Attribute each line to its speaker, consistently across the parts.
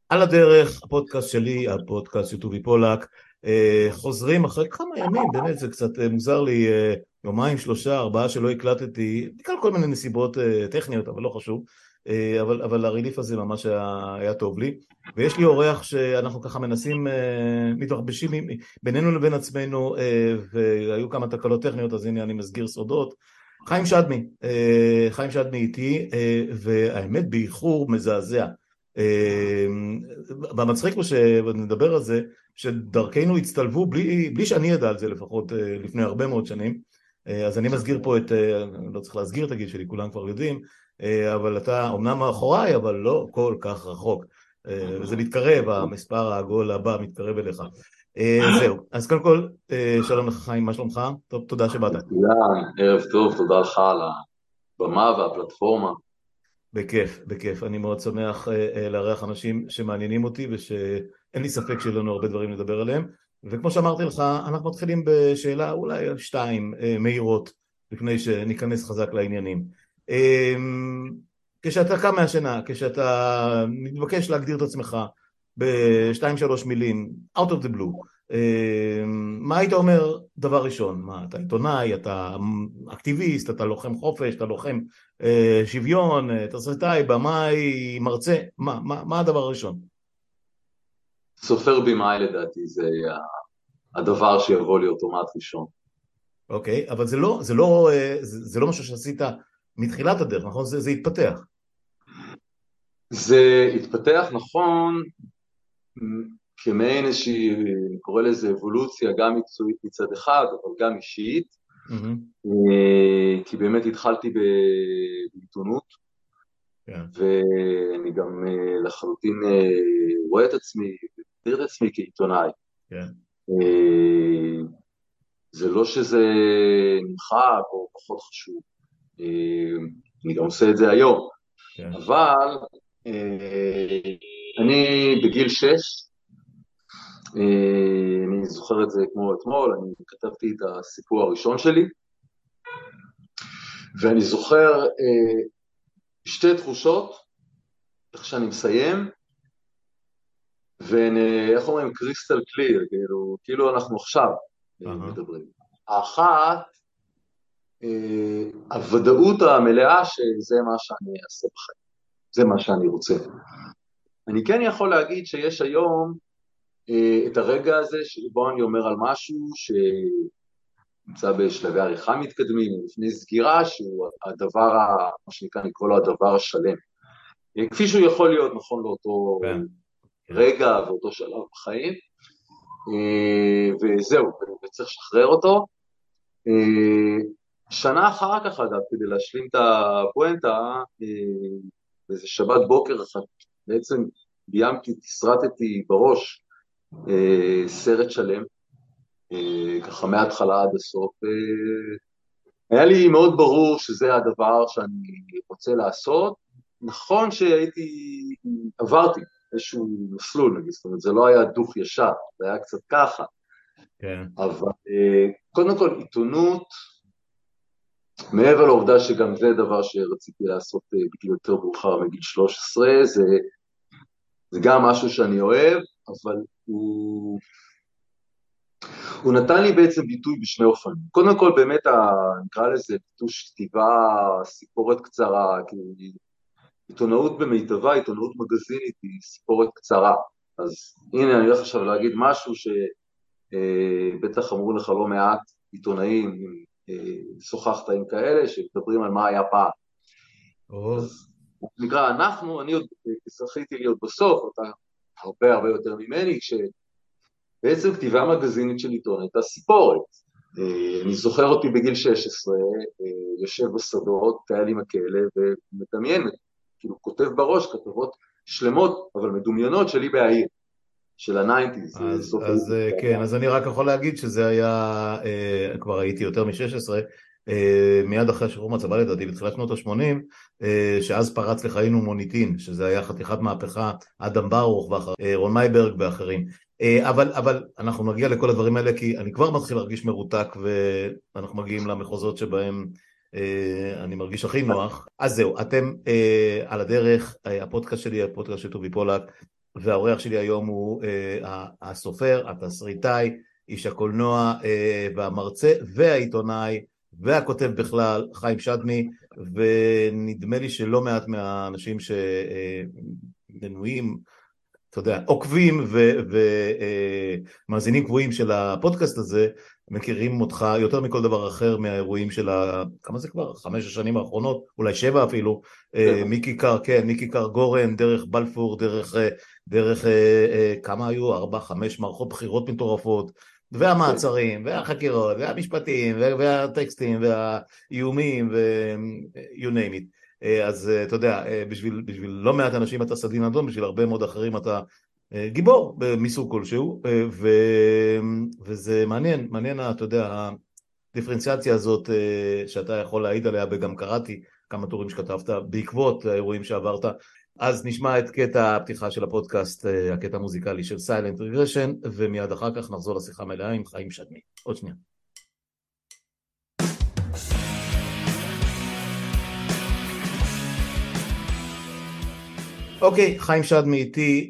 Speaker 1: על הדרך, הפודקאסט שלי, הפודקאסט של טובי פולק, חוזרים אחרי כמה ימים, באמת זה קצת מוזר לי, יומיים, שלושה, ארבעה שלא הקלטתי, בגלל כל מיני נסיבות טכניות, אבל לא חשוב, אבל הריליף הזה ממש היה טוב לי, ויש לי אורח שאנחנו ככה מנסים, מתרחשים בינינו לבין עצמנו, והיו כמה תקלות טכניות, אז הנה אני מסגיר סודות, חיים שדמי איתי, והאמת באיחור מזעזע. במצחיק הוא שנדבר על זה, שדרכנו הצטלבו בלי שאני ידע על זה לפחות לפני הרבה מאוד שנים, אז אני מסגיר פה אני לא צריך להסגיר את הגיל שלי, כולם כבר יודעים, אבל אתה אומנם מאחוריי, אבל לא כל כך רחוק, וזה מתקרב, המספר העגול הבא מתקרב אליך. זהו, אז קודם כל, שלום לך חיים, מה שלומך? טוב, תודה שבאת.
Speaker 2: מצוין, ערב טוב, תודה לך על הבמה והפלטפורמה.
Speaker 1: בכיף, בכיף. אני מאוד שמח לארח אנשים שמעניינים אותי ושאין לי ספק שיהיו לנו הרבה דברים לדבר עליהם. וכמו שאמרתי לך, אנחנו מתחילים בשאלה אולי שתיים מהירות לפני שניכנס חזק לעניינים. כשאתה קם מהשינה, כשאתה מתבקש להגדיר את עצמך בשתיים שלוש מילים, out of the blue, מה היית אומר דבר ראשון? מה, אתה עיתונאי, אתה אקטיביסט, אתה לוחם חופש, אתה לוחם שוויון, תסריטאי, במאי, מרצה, מה הדבר הראשון?
Speaker 2: סופר במאי לדעתי זה הדבר שיבוא לי אוטומט ראשון.
Speaker 1: אוקיי, אבל זה לא משהו שעשית מתחילת הדרך, נכון? זה התפתח.
Speaker 2: זה התפתח נכון כמעין איזושהי, אני קורא לזה אבולוציה, גם מקצועית מצד אחד, אבל גם אישית,
Speaker 1: מהמם.
Speaker 2: כי באמת התחלתי בעיתונות,
Speaker 1: כן,
Speaker 2: ואני גם לחלוטין רואה את עצמי, מגדיר את עצמי כעיתונאי.
Speaker 1: כן,
Speaker 2: אה, זה לא שזה נמחק או פחות חשוב, אני גם עושה את זה היום,
Speaker 1: כן.
Speaker 2: אבל אני בגיל 6, אני זוכר את זה כמו אתמול, אני כתבתי את הסיפור הראשון שלי, ואני זוכר שתי תחושות, איך שאני מסיים, ואיך אומרים, קריסטל קליר, כאילו אנחנו עכשיו
Speaker 1: אהה.
Speaker 2: מדברים. האחת, הוודאות המלאה שזה מה שאני אעשה בחיים, זה מה שאני רוצה. אני כן יכול להגיד שיש היום את הרגע הזה שבו אני אומר על משהו שנמצא בשלבי עריכה מתקדמים, לפני סגירה, שהוא הדבר, מה שנקרא, נקרא לו הדבר השלם. כפי שהוא יכול להיות נכון לאותו
Speaker 1: כן, כן.
Speaker 2: רגע ואותו שלב בחיים, וזהו, וצריך לשחרר אותו. שנה אחר כך, אגב, כדי להשלים את הפואנטה, באיזה שבת בוקר אחת, בעצם ביימתי, תסרטתי בראש סרט שלם, ככה מההתחלה עד הסוף. היה לי מאוד ברור שזה הדבר שאני רוצה לעשות. נכון שהייתי, עברתי איזשהו מסלול, נגיד, זאת אומרת, זה לא היה דוך ישר, זה היה קצת ככה,
Speaker 1: כן.
Speaker 2: אבל קודם כל עיתונות, מעבר לעובדה שגם זה דבר שרציתי לעשות בגיל יותר מאוחר, מגיל 13, זה גם משהו שאני אוהב, אבל הוא נתן לי בעצם ביטוי בשני אופנים. קודם כל באמת, נקרא לזה ביטוש כתיבה, סיפורת קצרה, כי עיתונאות במיטבה, עיתונאות מגזינית היא סיפורת קצרה. אז הנה אני הולך עכשיו להגיד משהו שבטח אמרו לך לא מעט עיתונאים, שוחחת עם כאלה שמדברים על מה היה פעם.
Speaker 1: או,
Speaker 2: אז נקרא, אני עוד זכיתי להיות בסוף, אתה הרבה הרבה יותר ממני, כשבעצם כתיבה מגזינית של עיתון הייתה סיפורת. אני זוכר אותי בגיל 16, יושב בשדות, טייל עם הכלב, ומדמיין, כאילו כותב בראש כתבות שלמות, אבל מדומיינות שלי בעיר, של הניינטיז, סוף
Speaker 1: כן, אז אני רק יכול להגיד שזה היה, כבר הייתי יותר מ-16, מיד אחרי שחרור מהצבא לדעתי, בתחילת שנות ה-80, שאז פרץ לחיינו מוניטין, שזה היה חתיכת מהפכה, אדם ברוך, רון מייברג ואחרים. אבל אנחנו נגיע לכל הדברים האלה, כי אני כבר מתחיל להרגיש מרותק, ואנחנו מגיעים למחוזות שבהם אני מרגיש הכי נוח. אז זהו, אתם על הדרך, הפודקאסט שלי, הפודקאסט של טובי פולק, והאורח שלי היום הוא הסופר, התסריטאי, איש הקולנוע והמרצה והעיתונאי והכותב בכלל, חיים שדמי, ונדמה לי שלא מעט מהאנשים שמנויים, אתה יודע, עוקבים ומאזינים קבועים של הפודקאסט הזה, מכירים אותך יותר מכל דבר אחר מהאירועים של כמה זה כבר? 5 השנים האחרונות, אולי 7 אפילו, מכיכר, כן, מכיכר גורן, דרך בלפור, דרך כמה היו? 4-5 מערכות בחירות מטורפות, והמעצרים, והחקירות, והמשפטים, והטקסטים, והאיומים, you name it. אז אתה יודע, בשביל לא מעט אנשים אתה סדין אדום, בשביל הרבה מאוד אחרים אתה גיבור מסוג כלשהו, וזה מעניין, אתה יודע, הדיפרנציאציה הזאת שאתה יכול להעיד עליה, וגם קראתי כמה טורים שכתבת בעקבות האירועים שעברת. אז נשמע את קטע הפתיחה של הפודקאסט, הקטע המוזיקלי של Silent Regression, ומיד אחר כך נחזור לשיחה מלאה עם חיים שדמי. עוד שנייה. אוקיי, חיים שדמי איתי,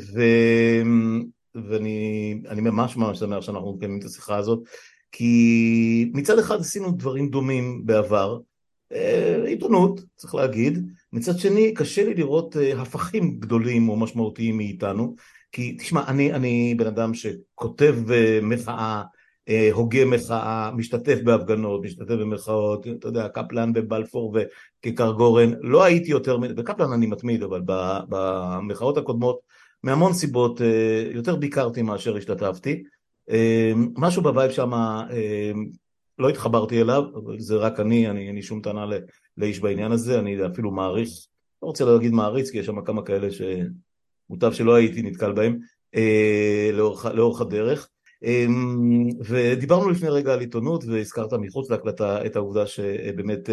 Speaker 1: ואני ממש שמח שאנחנו מקיימים את השיחה הזאת, כי מצד אחד עשינו דברים דומים בעבר, עיתונות, צריך להגיד, מצד שני קשה לי לראות הפכים גדולים או משמעותיים מאיתנו, כי תשמע, אני בן אדם שכותב מחאה, הוגה מחאה, משתתף בהפגנות, משתתף במחאות, אתה יודע, קפלן בבלפור וכיכר גורן, לא הייתי יותר, בקפלן אני מתמיד, אבל במחאות הקודמות, מהמון סיבות, יותר ביקרתי מאשר השתתפתי, משהו בווייב שם לא התחברתי אליו, אבל זה רק אין לי שום טענה לאיש בעניין הזה, אני אפילו מעריך, לא רוצה להגיד מעריץ, כי יש שם כמה כאלה שמוטב שלא הייתי נתקל בהם, לאורך הדרך, ודיברנו לפני רגע על עיתונות, והזכרת מחוץ להקלטה את העובדה שבאמת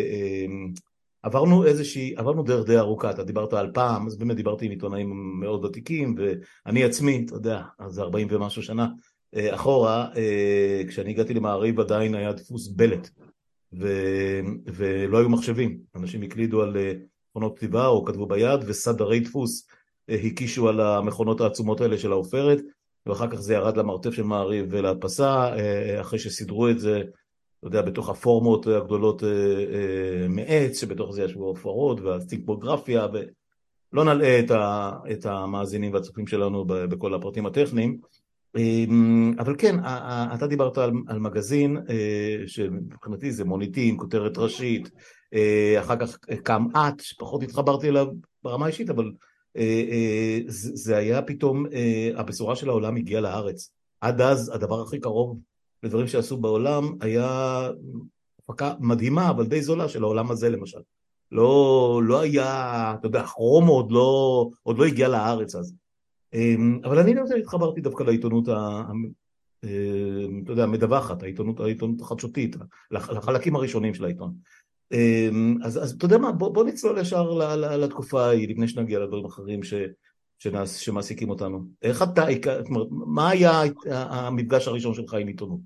Speaker 1: עברנו דרך די ארוכה, אתה דיברת על פעם, אז באמת דיברתי עם עיתונאים מאוד ותיקים, ואני עצמי, אתה יודע, אז 40 ומשהו שנה אחורה, כשאני הגעתי למעריב עדיין היה דפוס בלט, ולא היו מחשבים, אנשים הקלידו על מכונות כתיבה או כתבו ביד, וסדרי דפוס הקישו על המכונות העצומות האלה של העופרת, ואחר כך זה ירד למרתף של מעריב ולהדפסה, אחרי שסידרו את זה, אתה יודע, בתוך הפורמות הגדולות מעץ, שבתוך זה ישבו הפרות והסטיקפוגרפיה, ולא נלאה את המאזינים והצופים שלנו בכל הפרטים הטכניים, אבל כן, אתה דיברת על מגזין, שמבחינתי זה מוניטין, כותרת ראשית, אחר כך קם את, שפחות התחברתי אליו ברמה אישית, אבל זה היה פתאום, הבשורה של העולם הגיעה לארץ. עד אז הדבר הכי קרוב לדברים שעשו בעולם היה הפקה מדהימה, אבל די זולה של העולם הזה למשל. לא היה, אתה יודע, כרום עוד לא הגיע לארץ אז. אבל אני לא התחברתי דווקא לעיתונות אתה יודע, מדווחת, העיתונות החדשותית, לחלקים הראשונים של העיתון. אז אתה יודע מה, בוא נצלול ישר לתקופה ההיא, לפני שנגיע לדברים אחרים שמעסיקים אותנו. איך אתה, מה היה המפגש הראשון שלך עם עיתונות?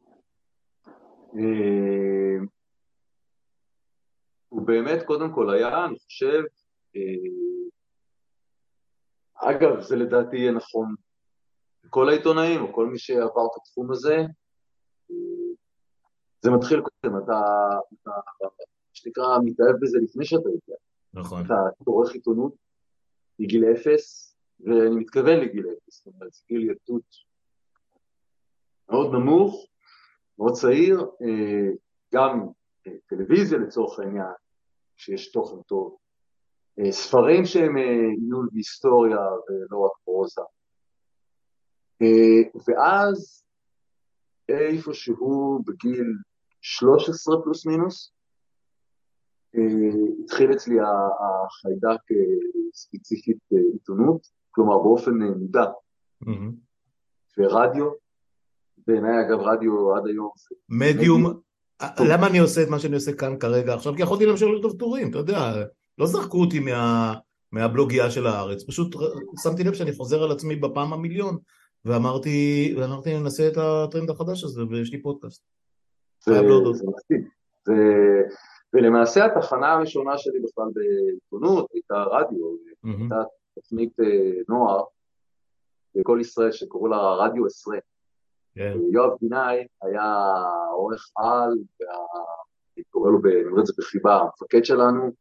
Speaker 2: הוא באמת קודם כל היה, אני חושב, אגב, זה לדעתי יהיה נכון כל העיתונאים, או כל מי שעבר את התחום הזה, זה מתחיל קודם, אתה שנקרא, מתאהב בזה לפני שאתה יודע.
Speaker 1: נכון.
Speaker 2: אתה עורך עיתונות מגיל 0, ואני מתכוון לגיל 0, זאת אומרת, זה גיל ילדות מאוד נמוך, מאוד צעיר, גם טלוויזיה לצורך העניין, שיש תוכן טוב, ספרים שהם עיון בהיסטוריה ולא רק פרוזה. ואז איפשהו בגיל 13 פלוס מינוס, התחיל אצלי החיידק ספציפית עיתונות, כלומר באופן מודע, ורדיו, בעיניי אגב רדיו עד היום.
Speaker 1: מדיום, למה אני עושה את מה שאני עושה כאן כרגע עכשיו? כי יכולתי להמשיך לכתוב טורים, אתה יודע, לא זרקו אותי מהבלוגיה של הארץ, פשוט שמתי לב שאני חוזר על עצמי בפעם המיליון, ואמרתי ננסה את הטרנד החדש הזה, ויש לי פודקאסט.
Speaker 2: זה מספיק. ולמעשה התחנה הראשונה שלי בכלל בעיתונות הייתה רדיו, הייתה תוכנית נוער בכל ישראל שקראו לה רדיו 20.
Speaker 1: כן.
Speaker 2: יואב גינאי היה עורך על, אני קורא לו, אני אומר את זה בחיבה, המפקד שלנו.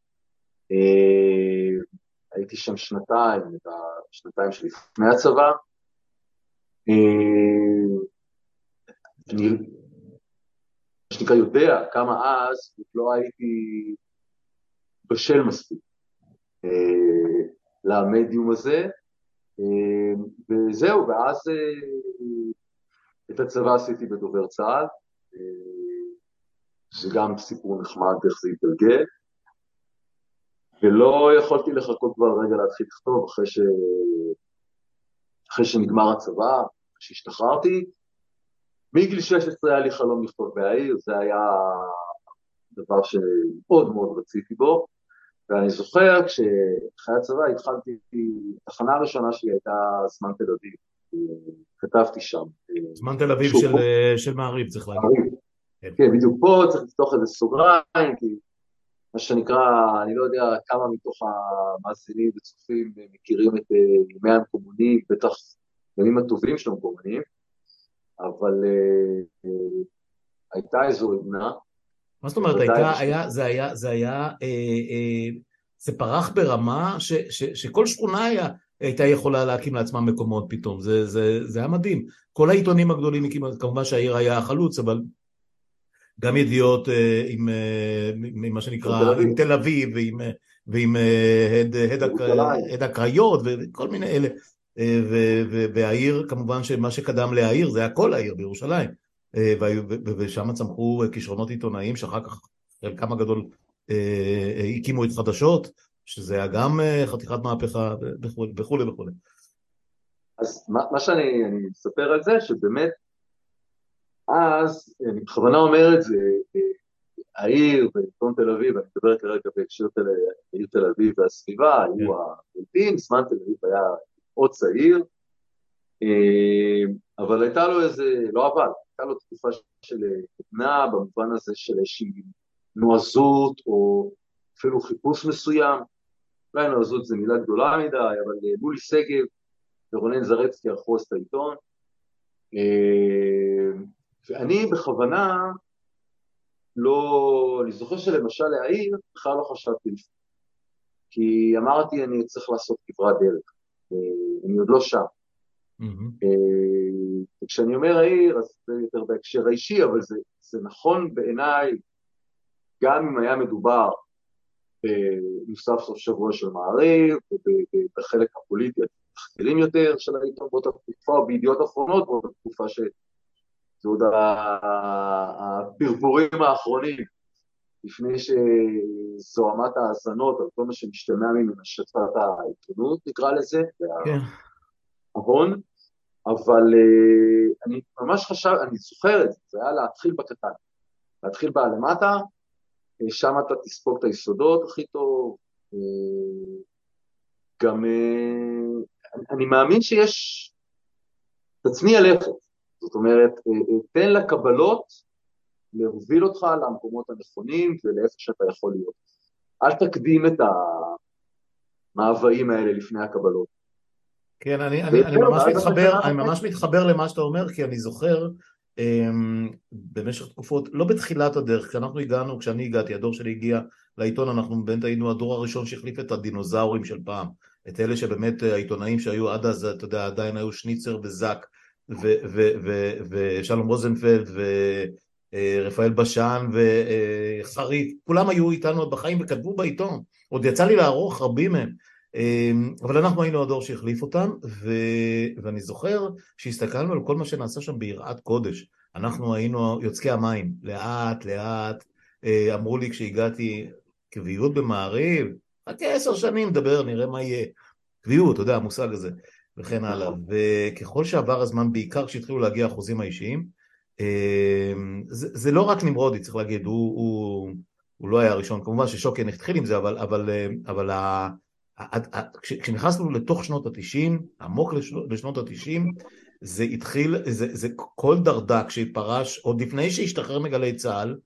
Speaker 2: הייתי שם שנתיים, את השנתיים שלפני הצבא. אני, מה שנקרא, יודע כמה אז לא הייתי בשל מספיק למדיום הזה, וזהו, ואז את הצבא עשיתי בדובר צה"ל, שגם סיפור נחמד איך זה התגלגל, ולא יכולתי לחכות כבר רגע להתחיל לכתוב אחרי שנגמר הצבא, כשהשתחררתי. מגיל 16 היה לי חלום לכתוב בעיר, זה היה דבר שמאוד מאוד רציתי בו, ואני זוכר כשאחרי הצבא התחלתי, התחנה הראשונה שלי הייתה זמן תל אביב, כתבתי שם.
Speaker 1: זמן תל אביב של מעריב, צריך להגיד.
Speaker 2: מעריב. כן, בדיוק פה צריך לפתוח איזה סוגריים, כי מה שנקרא, אני לא יודע כמה מתוך המאזינים וצופים מכירים את ימי המקומונים, בטח ימים הטובים של המקומונים, אבל הייתה איזו עדנה.
Speaker 1: מה זאת אומרת, זה פרח ברמה שכל שכונה הייתה יכולה להקים לעצמה מקומות פתאום, זה היה מדהים. כל העיתונים הגדולים, כמובן שהעיר היה החלוץ, אבל גם ידיעות עם מה שנקרא, עם תל אביב, ועם הד הקריות, וכל מיני אלה. והעיר, כמובן שמה שקדם לעיר, זה היה כל העיר בירושלים. ושם צמחו כישרונות עיתונאים, שאחר כך חלקם הגדול הקימו את חדשות, שזה היה גם חתיכת מהפכה וכו' וכו'.
Speaker 2: אז מה שאני מספר על זה, שבאמת, אז, אני בכוונה אומר את זה, העיר ועיתון תל אביב, אני מדבר כרגע בהקשר העיר תל אביב והסביבה, היו העיתים, זמן תל אביב היה עוד צעיר, אבל הייתה לו איזה, לא אבל, הייתה לו תקופה של עדנה, במובן הזה של איזושהי נועזות, או אפילו חיפוש מסוים, אולי נועזות זה מילה גדולה מדי, אבל מולי סגב ורונן זרצקי ערכו את העיתון, ואני בכוונה לא, אני זוכר שלמשל להעיר, בכלל לא חשבתי לפני, כי אמרתי אני צריך לעשות כברת דרך, אני עוד לא שם. וכשאני אומר העיר, אז זה יותר בהקשר האישי, אבל זה נכון בעיניי, גם אם היה מדובר בנוסף סוף שבוע של מעריב, ובחלק הפוליטי התחקירים יותר של העיתון באותה תקופה, או בידיעות אחרונות, באותה תקופה שזה עוד הפרפורים האחרונים, לפני שזוהמת האזנות, על כל מה שמשתמע ממנה שטפת העיתונות, נקרא לזה, ההון, אבל אני ממש חשב, אני זוכר את זה, זה היה להתחיל בקטן, להתחיל למטה, שם אתה תספוג את היסודות הכי טוב, גם אני מאמין שיש, תצניע לכת, זאת אומרת, תן לקבלות להוביל אותך למקומות הנכונים ולאיפה שאתה יכול להיות. אל תקדים את המאוויים האלה לפני הקבלות.
Speaker 1: כן, אני ממש מתחבר למה שאתה אומר, כי אני זוכר במשך תקופות, לא בתחילת הדרך, כשאני הגעתי, הדור שלי הגיע לעיתון, אנחנו באמת היינו הדור הראשון שהחליף את הדינוזאורים של פעם, את אלה שבאמת העיתונאים שהיו עד אז, אתה יודע, עדיין היו שניצר וזק, ושלום רוזנפלד, ורפאל בשן, וחריף, כולם היו איתנו בחיים וכתבו בעיתון, עוד יצא לי לערוך רבים מהם, אבל אנחנו היינו הדור שהחליף אותם, ואני זוכר שהסתכלנו על כל מה שנעשה שם ביראת קודש, אנחנו היינו יוצקי המים, לאט לאט, אמרו לי כשהגעתי קביעות במעריב, רק 10 שנים נדבר, נראה מה יהיה, קביעות, אתה יודע, המושג הזה, וכן הלאה, וככל שעבר הזמן, בעיקר כשהתחילו להגיע האחוזים האישיים, זה לא רק נמרודי, צריך להגיד, הוא לא היה הראשון, כמובן ששוקן התחיל עם זה, אבל כשנכנסנו לתוך שנות ה-90, עמוק לשנות ה-90, זה התחיל, זה כל דרדק שפרש, עוד לפני שהשתחרר מגלי צה"ל,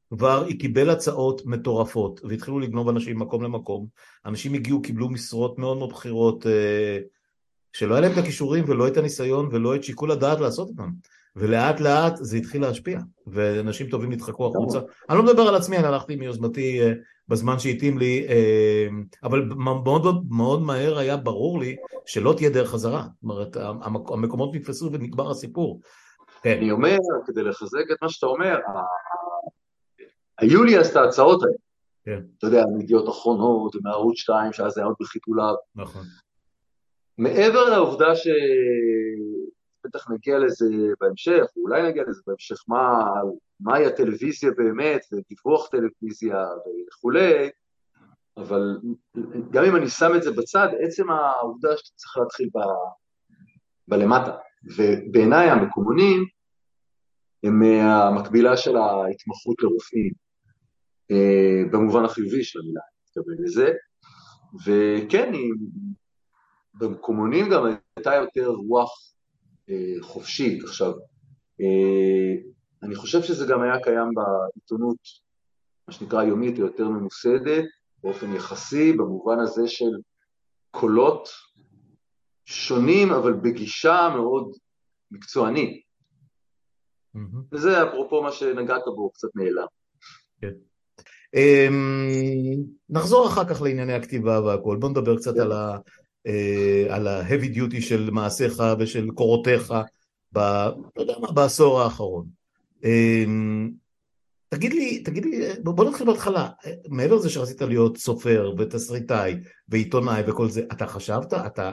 Speaker 1: כבר היא קיבל הצעות מטורפות, והתחילו לגנוב אנשים ממקום למקום. אנשים הגיעו, קיבלו משרות מאוד מאוד בכירות, שלא היה להם את הכישורים ולא את הניסיון ולא את שיקול הדעת לעשות אותם. ולאט לאט זה התחיל להשפיע, ואנשים טובים נדחקו החוצה. אני לא מדבר על עצמי, אני הלכתי מיוזמתי בזמן שהתאים לי, אבל מאוד, מאוד מהר היה ברור לי שלא תהיה דרך חזרה. זאת אומרת, המקומות נתפסו ונגמר הסיפור. כן.
Speaker 2: אני אומר, כדי לחזק את מה שאתה אומר, היו לי אז את ההצעות האלה.
Speaker 1: כן.
Speaker 2: אתה יודע, מידיעות אחרונות, מערוץ 2, שאז היה עוד בחיתוליו.
Speaker 1: נכון.
Speaker 2: מעבר לעובדה בטח נגיע לזה בהמשך, ואולי נגיע לזה בהמשך, מהי הטלוויזיה באמת, ודיווח טלוויזיה וכולי, אבל גם אם אני שם את זה בצד, עצם העובדה שאתה צריך להתחיל בלמטה, ובעיניי המקומונים הם המקבילה של ההתמחות לרופאים, במובן החיובי של המילה, תקבל לזה, וכן, במקומונים גם הייתה יותר רוח חופשית. עכשיו, אני חושב שזה גם היה קיים בעיתונות, מה שנקרא יומית, יותר ממוסדת, באופן יחסי, במובן הזה של קולות שונים, אבל בגישה מאוד מקצוענית. וזה אפרופו מה שנגעת בו, קצת נעלם.
Speaker 1: כן. נחזור אחר כך לענייני הכתיבה והכל. בוא נדבר קצת על ה-heavy duty של מעשיך ושל קורותיך לא יודע מה, בעשור האחרון. תגיד לי, בוא נתחיל בהתחלה. מעבר לזה שרצית להיות סופר ותסריטאי ועיתונאי וכל זה, אתה חשבת,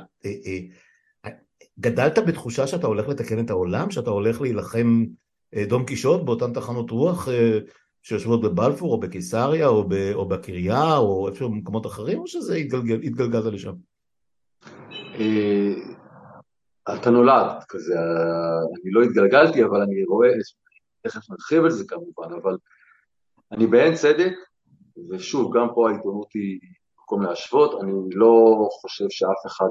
Speaker 1: גדלת בתחושה שאתה הולך לתקן את העולם, שאתה הולך להילחם דון קישוט באותן תחנות רוח שיושבות בבלפור או בקיסריה או בקריה או איפה במקומות אחרים, או שזה התגלגלת לשם?
Speaker 2: אתה נולד כזה, אני לא התגלגלתי, אבל אני רואה, תכף נרחיב על זה כמובן, אבל אני בעין צדק, ושוב, גם פה העיתונות היא מקום להשוות, אני לא חושב שאף אחד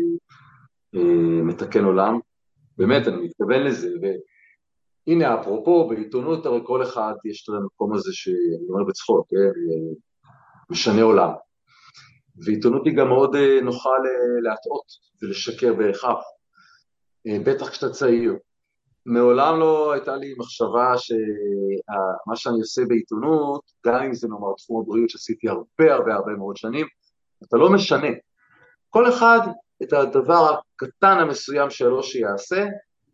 Speaker 2: מתקן עולם, באמת, אני מתכוון לזה, והנה, אפרופו, בעיתונות, הרי כל אחד יש את המקום הזה שאני אומר בצחוק, משנה עולם, ועיתונות היא גם מאוד נוחה להטעות ולשקר בהכרח, בטח כשאתה צעיר. מעולם לא הייתה לי מחשבה שמה שאני עושה בעיתונות, גם אם זה נאמר תחום הבריאות שעשיתי הרבה מאוד שנים, אתה לא משנה. כל אחד את הדבר הקטן המסוים שלו שיעשה,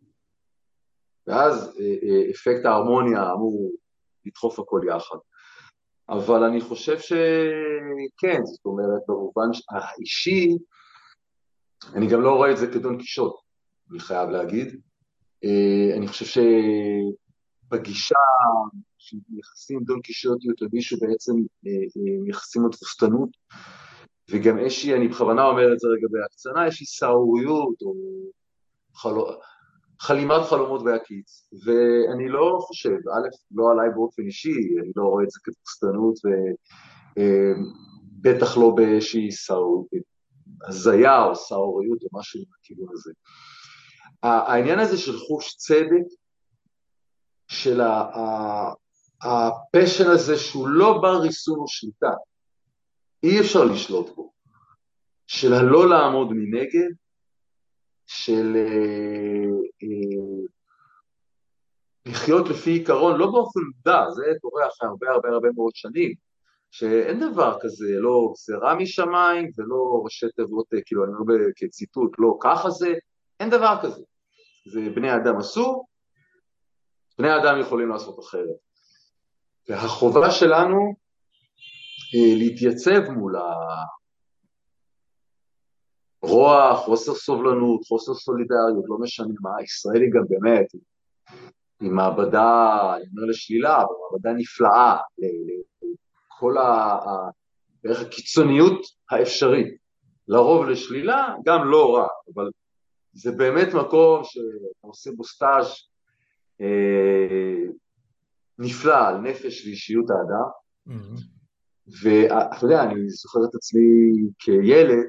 Speaker 2: ואז אפקט ההרמוניה אמור לדחוף הכל יחד. אבל אני חושב שכן, זאת אומרת, במובן האישי, אני גם לא רואה את זה כדון קישוט, אני חייב להגיד. אני חושב שבגישה שמייחסים דון קישוטיות למישהו בעצם מייחסים לו תבוסתנות, וגם איזושהי, אני בכוונה אומר את זה רגע בהקצנה, איזושהי סעוריות או חלימת חלומות בהקיץ, ואני לא חושב, א', לא עליי באופן אישי, אני לא רואה את זה כתבוסתנות, ובטח לא באיזושהי הזיה או סעוריות או משהו בכיוון הזה. העניין הזה של חוש צדק, של הפשן הזה שהוא לא בר ריסון או שליטה, אי אפשר לשלוט בו, של הלא לעמוד מנגד, של לחיות לפי עיקרון, לא באופן מודע, זה קורה אחרי הרבה מאוד שנים, שאין דבר כזה, לא גזירה משמיים ולא ראשי תיבות, כאילו אני אומר כציטוט, לא ככה זה, אין דבר כזה. זה בני אדם עשו, בני אדם יכולים לעשות אחרת. והחובה שלנו להתייצב מול הרוע, חוסר סובלנות, חוסר סולידריות, לא משנה מה, ישראל היא גם באמת, היא מעבדה, אני אומר לשלילה, אבל מעבדה נפלאה, לכל בערך הקיצוניות האפשרית, לרוב לשלילה, גם לא רע, אבל זה באמת מקום שאתה עושה בו סטאז' נפלא על נפש ואישיות האדם, ואתה יודע, אני זוכר את עצמי כילד,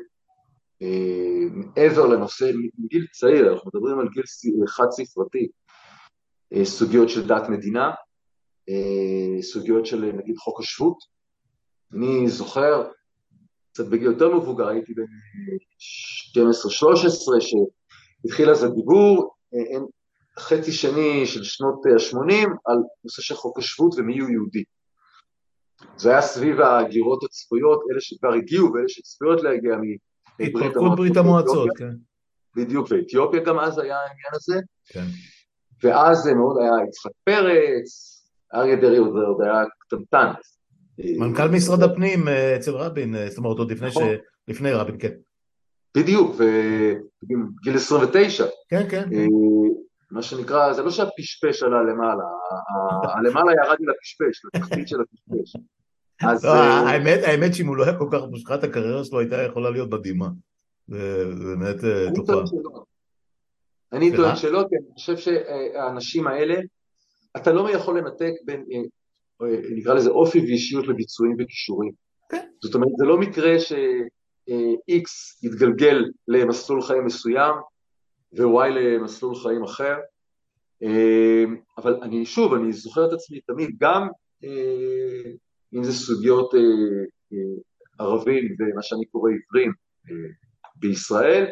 Speaker 2: מעבר לנושא, מגיל צעיר, אנחנו מדברים על גיל חד ספרתי, סוגיות של דת מדינה, סוגיות של נגיד חוק השבות. אני זוכר, קצת בגיל יותר מבוגר, הייתי בן 12-13, שהתחיל אז הדיבור, חצי שני של שנות ה-80, על נושא של חוק השבות ומי הוא יהודי. זה היה סביב הגירות הצפויות, אלה שכבר הגיעו ואלה שצפויות להגיע
Speaker 1: התפרקות ברית המועצות, כן.
Speaker 2: בדיוק, ואתיופיה גם אז היה העניין הזה.
Speaker 1: כן.
Speaker 2: ואז זה מאוד היה יצחק פרץ, אריה דרעי עוד היה קטנטן.
Speaker 1: מנכ"ל משרד הפנים אצל רבין, זאת אומרת עוד לפני רבין, כן.
Speaker 2: בדיוק, וגיל 29.
Speaker 1: כן, כן.
Speaker 2: מה שנקרא, זה לא שהפשפש עלה למעלה, הלמעלה ירד לפשפש, לתחתית של הפשפש.
Speaker 1: האמת שאם הוא לא היה כל כך מושחת, הקריירה שלו הייתה יכולה להיות מדהימה. זה באמת תופעה.
Speaker 2: אני טוען שלא, כי אני חושב שהאנשים האלה, אתה לא יכול לנתק בין, נקרא לזה אופי ואישיות לביצועים וכישורים. זאת אומרת, זה לא מקרה ש-X יתגלגל למסלול חיים מסוים, ו-Y למסלול חיים אחר, אבל אני זוכר את עצמי תמיד, גם אם זה סוגיות ערבים ומה שאני קורא עברים בישראל,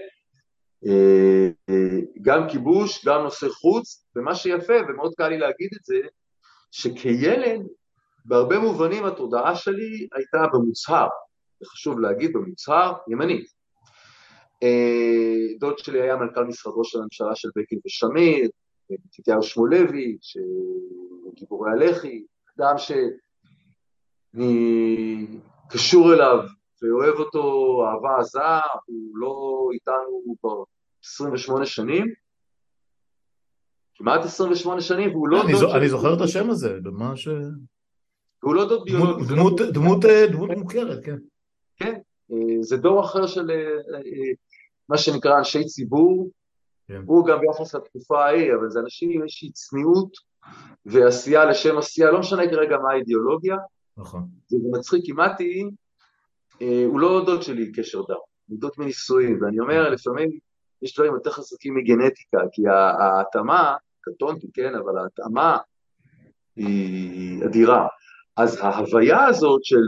Speaker 2: גם כיבוש, גם נושא חוץ, ומה שיפה, ומאוד קל לי להגיד את זה, שכילד, בהרבה מובנים התודעה שלי הייתה במוצהר, וחשוב להגיד במוצהר, ימנית. דוד שלי היה מנכ"ל משרד ראש הממשלה של בגין ושמיר, מתתיהו שמואלביץ', גיבורי הלח"י, אדם שאני קשור אליו ואוהב אותו אהבה עזה, הוא לא איתנו כבר 28 שנים, כמעט 28 שנים, והוא לא דוד...
Speaker 1: אני זוכר את השם הזה, ממש...
Speaker 2: והוא לא דוד ביולוגי.
Speaker 1: דמות מוכרת, כן.
Speaker 2: כן, זה דור אחר של מה שנקרא אנשי ציבור, הוא גם ביחס לתקופה ההיא, אבל זה אנשים עם איזושהי צניעות ועשייה לשם עשייה, לא משנה כרגע מה האידיאולוגיה, זה מצחיק, כמעטי, הוא לא דוד שלי קשר דם, הוא דוד מנישואים, ואני אומר, לפעמים יש דברים יותר חזקים מגנטיקה, כי ההתאמה, קטונתי, כן, אבל ההתאמה היא אדירה. אז ההוויה הזאת של,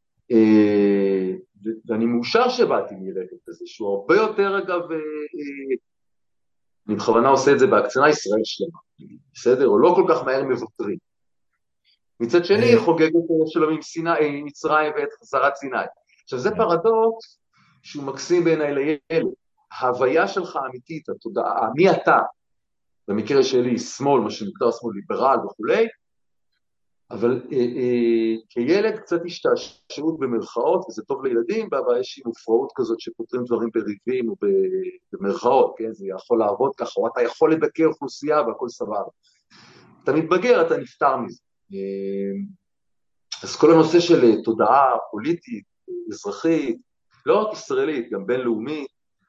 Speaker 2: ואני מאושר שבאתי מרקע כזה, שהוא הרבה יותר אגב, אני בכוונה עושה את זה בהקצנה, ישראל שלמה, בסדר? או לא כל כך מהר מבטרים. מצד שני, חוגג את שלום עם מצרים ואת חזרת סיני. עכשיו, זה פרדוקס שהוא מקסים בעיניי לילד. ההוויה שלך האמיתית, התודעה, מי אתה, במקרה שלי, שמאל, מה שמוגדר שמאל ליברל וכולי, אבל כילד קצת השתעשעות במרכאות, וזה טוב לילדים, אבל יש מופרעות כזאת שפותרים דברים בריבים או במרכאות, כן? זה יכול לעבוד ככה, או אתה יכול לדכא אוכלוסייה והכל סבבה. אתה מתבגר, אתה נפטר מזה. אז כל הנושא של תודעה פוליטית, אזרחית, לא רק ישראלית, גם בינלאומית,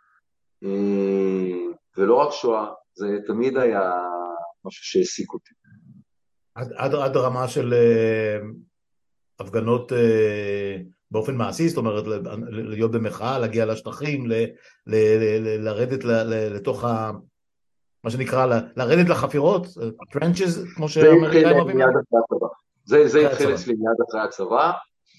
Speaker 2: ולא רק שואה, זה תמיד היה משהו שהעסיק אותי.
Speaker 1: עד רמה של הפגנות באופן מעשי, זאת אומרת, להיות במחאה, להגיע לשטחים, לרדת לתוך מה שנקרא, לרדת לחפירות, טרנצ'ז, כמו שהאמריקאים אוהבים.
Speaker 2: זה התחיל אצלי מיד אחרי הצבא.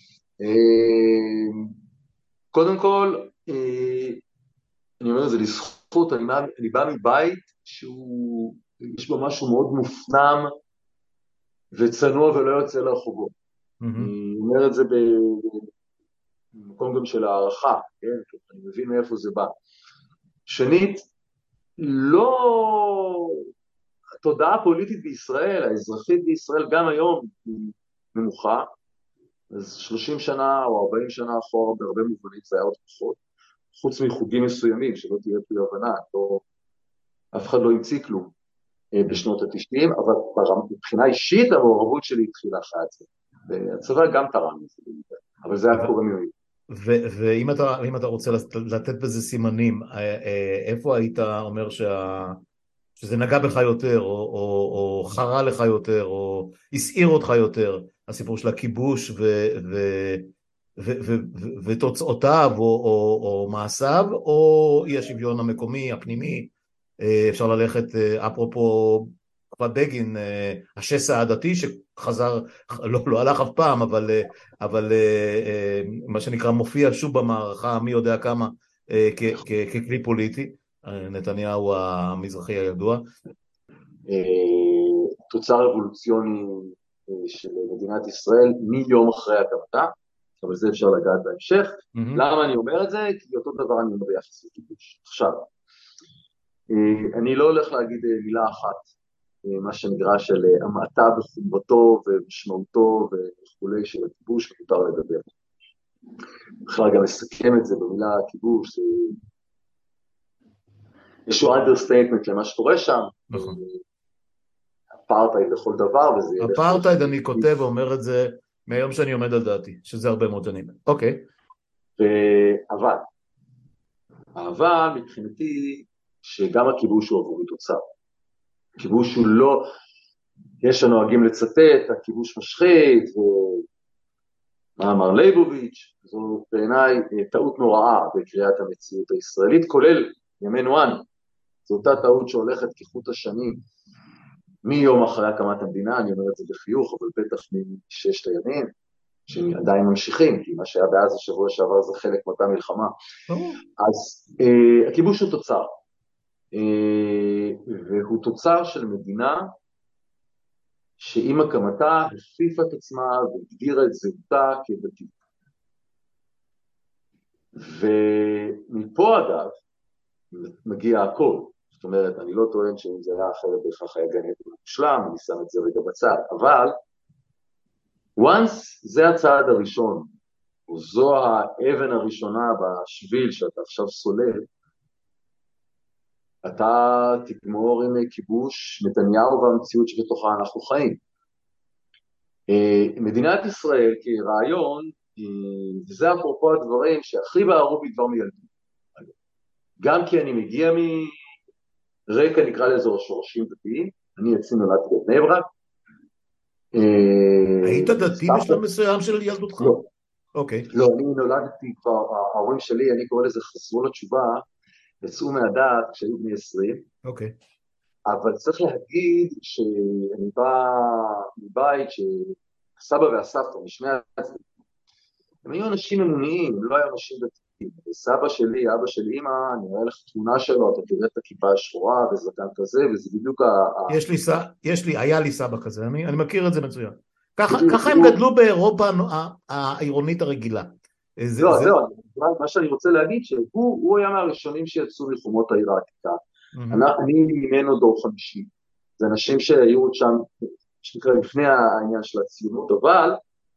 Speaker 2: קודם כל, אני אומר את זה לזכות, אני בא מבית שיש בו משהו מאוד מופנם וצנוע ולא יוצא לרחובות. אני אומר את זה במקום גם של הערכה, כן? אני מבין מאיפה זה בא. שנית, לא... התודעה הפוליטית בישראל, האזרחית בישראל, גם היום היא נמוכה, אז 30 שנה או 40 שנה אחורה בהרבה מובנים זה היה עוד פחות, חוץ מחוגים מסוימים, שלא תהיה פי הבנה, אף אחד לא המציא כלום בשנות ה-90, אבל מבחינה אישית המעורבות שלי התחילה אחרי הצבא, והצבא גם תרם לזה, אבל זה היה קורה מיועד.
Speaker 1: ואם אתה רוצה לתת בזה סימנים, איפה היית אומר שזה נגע בך יותר, או חרה לך יותר, או הסעיר אותך יותר, הסיפור של הכיבוש ותוצאותיו, או מעשיו, או אי השוויון המקומי, הפנימי, אפשר ללכת, אפרופו תקופת בגין, השסע העדתי שחזר, לא הלך אף פעם, אבל מה שנקרא מופיע שוב במערכה, מי יודע כמה, ככלי פוליטי, נתניהו המזרחי הידוע.
Speaker 2: תוצר אבולוציוני של מדינת ישראל מיום אחרי הקמתה, אבל זה אפשר לגעת בהמשך. למה אני אומר את זה? כי אותו דבר אני אומר ביחס לכיבוש. עכשיו, אני לא הולך להגיד מילה אחת, מה שנקרא של המעטה בחומרתו ומשמעותו וכולי של הכיבוש, מותר לדבר. בכלל גם לסכם את זה במילה הכיבוש, יש לו understatement למה שקורה שם.
Speaker 1: נכון.
Speaker 2: אפרטהייד לכל דבר, וזה...
Speaker 1: אפרטהייד, אני כותב ואומר את זה מהיום שאני עומד על דעתי, שזה הרבה מאוד שנים. אוקיי.
Speaker 2: אבל מבחינתי שגם הכיבוש הוא עבורי תוצר. הכיבוש הוא לא, יש הנוהגים לצטט, הכיבוש משחית, ומה אמר ליבוביץ', זו בעיניי טעות נוראה בקריאת המציאות הישראלית, כולל ימינו אנו. זו אותה טעות שהולכת כחוט השנים מיום אחרי הקמת המדינה, אני אומר את זה בחיוך, אבל בטח מששת הימים, שעדיין ממשיכים, כי מה שהיה בעזה שבוע שעבר זה חלק מאותה מלחמה. אז הכיבוש הוא תוצר, והוא תוצר של מדינה שעם הקמתה הפיפה את עצמה והגדירה את זהותה כדתית. ומפה אגב מגיע הכל. זאת אומרת, אני לא טוען שאם זה היה אחרת בכך היה גן עדן מושלם, אני שם את זה רגע בצד, אבל once זה הצעד הראשון, וזו האבן הראשונה בשביל שאתה עכשיו סולל, אתה תגמור עם כיבוש נתניהו והמציאות שבתוכה אנחנו חיים. מדינת ישראל כרעיון, וזה אפרופו הדברים שהכי בערו בי כבר מילדות. גם כי אני מגיע רקע נקרא לאזור שורשים דתיים, אני עצמי נולדתי בבני ברק.
Speaker 1: היית דתי בשלב מסוים של ילדותך?
Speaker 2: לא.
Speaker 1: אוקיי.
Speaker 2: לא, אני נולדתי כבר, ההורים שלי, אני קורא לזה חזרו לתשובה, יצאו מהדת כשהיו בני 20.
Speaker 1: אוקיי.
Speaker 2: אבל צריך להגיד שאני בא מבית שהסבא והסבתא, משני הצדדים, הם היו אנשים אמוניים, הם לא היו אנשים דתיים. סבא שלי, אבא של אמא, אני רואה לך תמונה שלו, אתה תראה את הכיפה השחורה וזקן כזה, וזה בדיוק
Speaker 1: היה לי סבא כזה, אני מכיר את זה מצוין. ככה הם גדלו באירופה העירונית הרגילה.
Speaker 2: לא, מה שאני רוצה להגיד, שהוא היה מהראשונים שיצאו מחומות העיר העתיקה. אני ממנו דור חמישי. זה אנשים שהיו שם, שנקרא לפני העניין של הציונות, אבל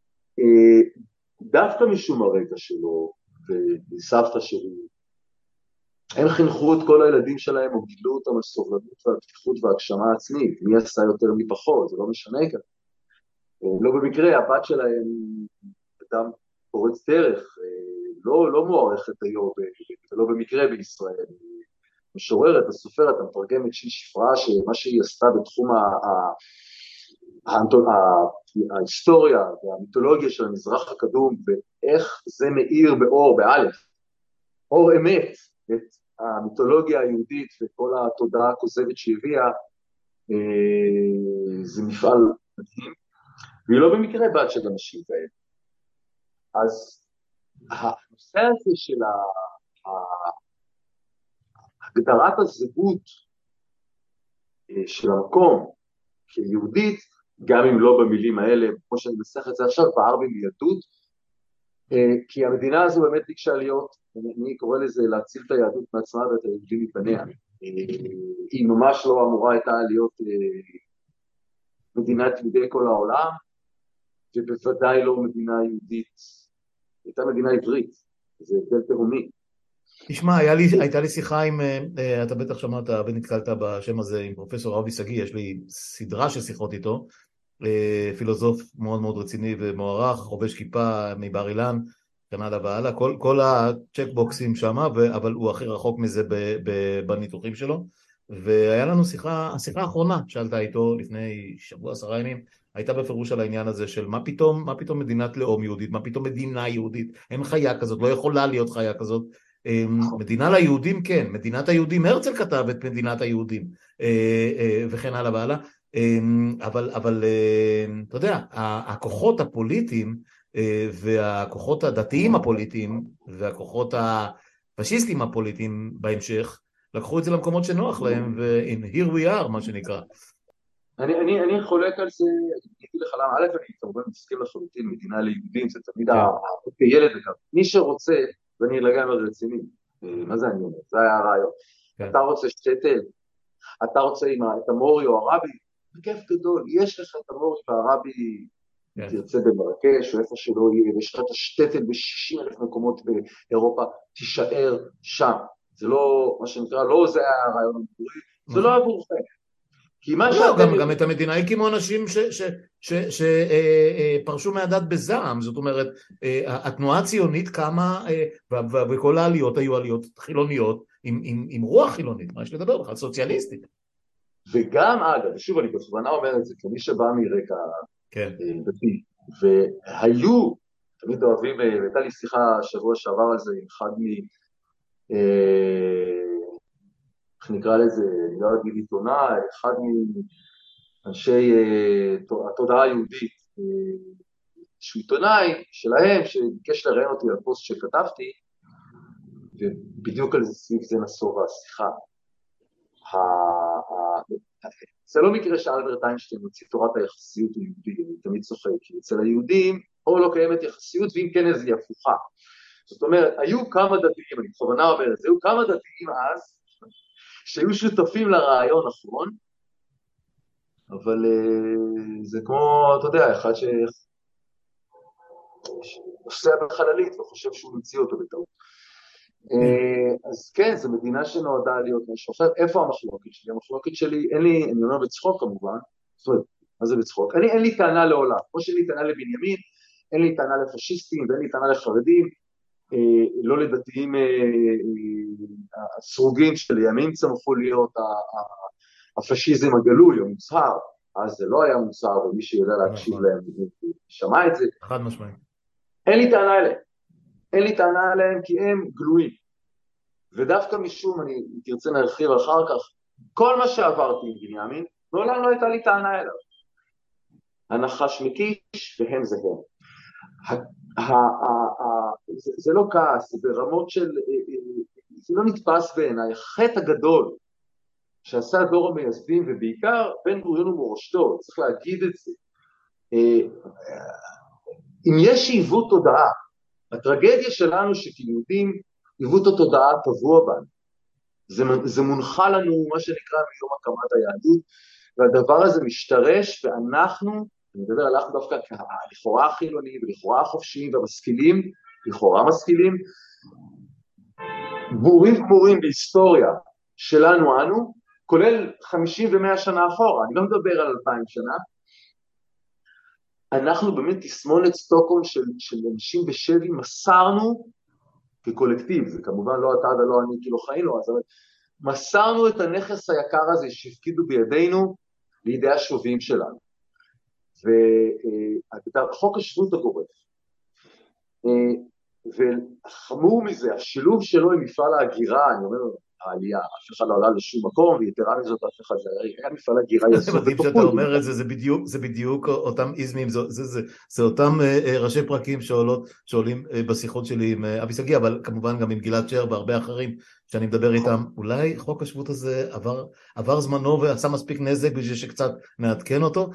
Speaker 2: דווקא משום הרקע שלו, וסבתא שלי, הם חינכו את כל הילדים שלהם, או גידלו אותם על סובלנות והפתיחות והגשמה עצמית, מי עשה יותר מפחות, זה לא משנה כאן. לא במקרה, הבת שלהם, אדם פורץ דרך, לא מוערכת היום, ולא במקרה בישראל, משוררת, הסופרת, המתרגמת שהיא שפרה, שמה שהיא עשתה בתחום ההיסטוריה והמיתולוגיה של המזרח הקדום, ואיך זה מאיר באור, באלף, אור אמת, את המיתולוגיה היהודית וכל התודעה הכוזבת שהביאה, זה מפעל מדהים, והיא לא במקרה בת של אנשים כאלה. אז הנושא הזה של הגדרת הזהות של המקום כיהודית, גם אם לא במילים האלה, כמו שאני מסך את זה עכשיו, בער בי מילדות, כי המדינה הזו באמת ביקשה להיות, אני קורא לזה להציל את היהדות מעצמה ואת היהודים מפניה. היא ממש לא אמורה הייתה להיות מדינת יהודי כל העולם, ובוודאי לא מדינה יהודית, הייתה מדינה עברית, זה הבדל תהומי.
Speaker 1: תשמע, הייתה לי שיחה עם, אתה בטח שמעת ונתקלת בשם הזה, עם פרופסור אבי סגי, יש לי סדרה של שיחות איתו, פילוסוף מאוד מאוד רציני ומוערך, חובש כיפה מבר אילן, כנ"ל והלאה, כל הצ'קבוקסים שם, אבל הוא הכי רחוק מזה בניתוחים שלו, והיה לנו השיחה האחרונה, שאלת איתו לפני שבוע, 10 ימים, הייתה בפירוש על העניין הזה של מה פתאום מדינת לאום יהודית, מה פתאום מדינה יהודית, אין חיה כזאת, לא יכולה להיות חיה כזאת, מדינה ליהודים כן, מדינת היהודים, הרצל כתב את מדינת היהודים, וכן הלאה והלאה, אבל אתה יודע, הכוחות הפוליטיים והכוחות הדתיים הפוליטיים והכוחות הפשיסטים הפוליטיים בהמשך, לקחו את זה למקומות שנוח להם, ו-here we are, מה שנקרא.
Speaker 2: אני חולק על זה, אני אגיד לך למה, א', אני כמובן מסכים לחלוטין, מדינה ליהודים, זה תמיד כילד אגב, מי שרוצה, ואני לגמרי רציני, מה זה אני אומר? זה היה הרעיון. אתה רוצה שטטל, אתה רוצה את המורי או הרבי, בכיף גדול, יש לך את המורי והרבי, תרצה במרקש או איפה שלא יהיה, ויש לך את השטטל ב-60,000 מקומות באירופה, תישאר שם. זה לא, מה שנקרא, לא זה הרעיון המקורי, זה לא עבורכם.
Speaker 1: גם את המדינה הקימו אנשים שפרשו מהדת בזעם, זאת אומרת, התנועה הציונית קמה, וכל העליות היו עליות חילוניות, עם רוח חילונית, מה יש לדבר בכלל, סוציאליסטית.
Speaker 2: וגם אגב, שוב אני בכוונה אומר את זה, כמי שבא מרקע דתי, והיו, תמיד אוהבים, הייתה לי שיחה שבוע שעבר על זה, עם אחד איך נקרא לזה, אני לא אגיד עיתונאי, אחד מאנשי התודעה היהודית, שהוא עיתונאי שלהם, שביקש לראיין אותי על פוסט שכתבתי, ובדיוק על זה סביב זה נסובה השיחה. זה לא מקרה שאלברט איינשטיין מוציא תורת היחסיות ליהודי, אני תמיד צוחק, כי אצל היהודים או לא קיימת יחסיות, ואם כן אז היא הפוכה. זאת אומרת, היו כמה דתיים, אני בכוונה אומר את זה, היו כמה דתיים אז, שהיו שותפים לרעיון נכון, אבל זה כמו, אתה יודע, אחד שעושה בחללית וחושב שהוא מציע אותו בטעות. אז כן, זו מדינה שנועדה להיות משהו אחר. איפה המחלוקת שלי? המחלוקת שלי, אני אומר בצחוק כמובן, זאת אומרת, מה זה בצחוק? אין לי טענה לעולם, כמו שאין לי טענה לבנימין, אין לי טענה לפשיסטים ואין לי טענה לחרדים, לא לדתיים הסרוגים של ימים צמחו להיות הפשיזם הגלוי או מוצהר, אז זה לא היה מוצהר, ומי שיודע להקשיב להם שמע את זה.
Speaker 1: חד משמעי.
Speaker 2: אין לי טענה אליהם. אין לי טענה עליהם כי הם גלויים. ודווקא משום, אני תרצה להרחיב אחר כך, כל מה שעברתי עם בנימין, מעולם לא הייתה לי טענה אליו. הנחש מקיש והם זה הם. זה לא כעס, זה ברמות של, זה לא נתפס בעיניי, החטא הגדול שעשה דור המייסדים, ובעיקר בן גוריון ומורשתו, צריך להגיד את זה, אם יש עיוות תודעה, הטרגדיה שלנו שכיהודים עיוות התודעה טבוע בנו, זה מונחה לנו מה שנקרא מיום הקמת היהדות, והדבר הזה משתרש, ואנחנו, אני מדבר עליו דווקא לכאורה החילונים ולכאורה החופשיים והמשכילים, לכאורה משכילים, בורים בהיסטוריה שלנו אנו, כולל 50 ו100 שנה אחורה, אני לא מדבר על 2000 שנה, אנחנו באמת תסמונת סטוקהולם של אנשים בשבי, מסרנו כקולקטיב, זה כמובן לא אתה ולא אני כי לא חיינו, אז מסרנו את הנכס היקר הזה שהפקידו בידינו לידי השובים שלנו. וחוק השבות הגורף, וחמור מזה, השילוב שלו עם מפעל ההגירה, אני אומר, העלייה, אף אחד לא עלה לשום מקום, ויתרה מזאת אף אחד, זה היה מפעל הגירה יסוד.
Speaker 1: מדהים שאתה אומר את זה, זה בדיוק אותם איזמים, זה אותם ראשי פרקים שעולים בשיחות שלי עם אבי סגי, אבל כמובן גם עם גלעד שר והרבה אחרים שאני מדבר איתם, אולי חוק השבות הזה עבר זמנו ועשה מספיק נזק בשביל שקצת נעדכן אותו,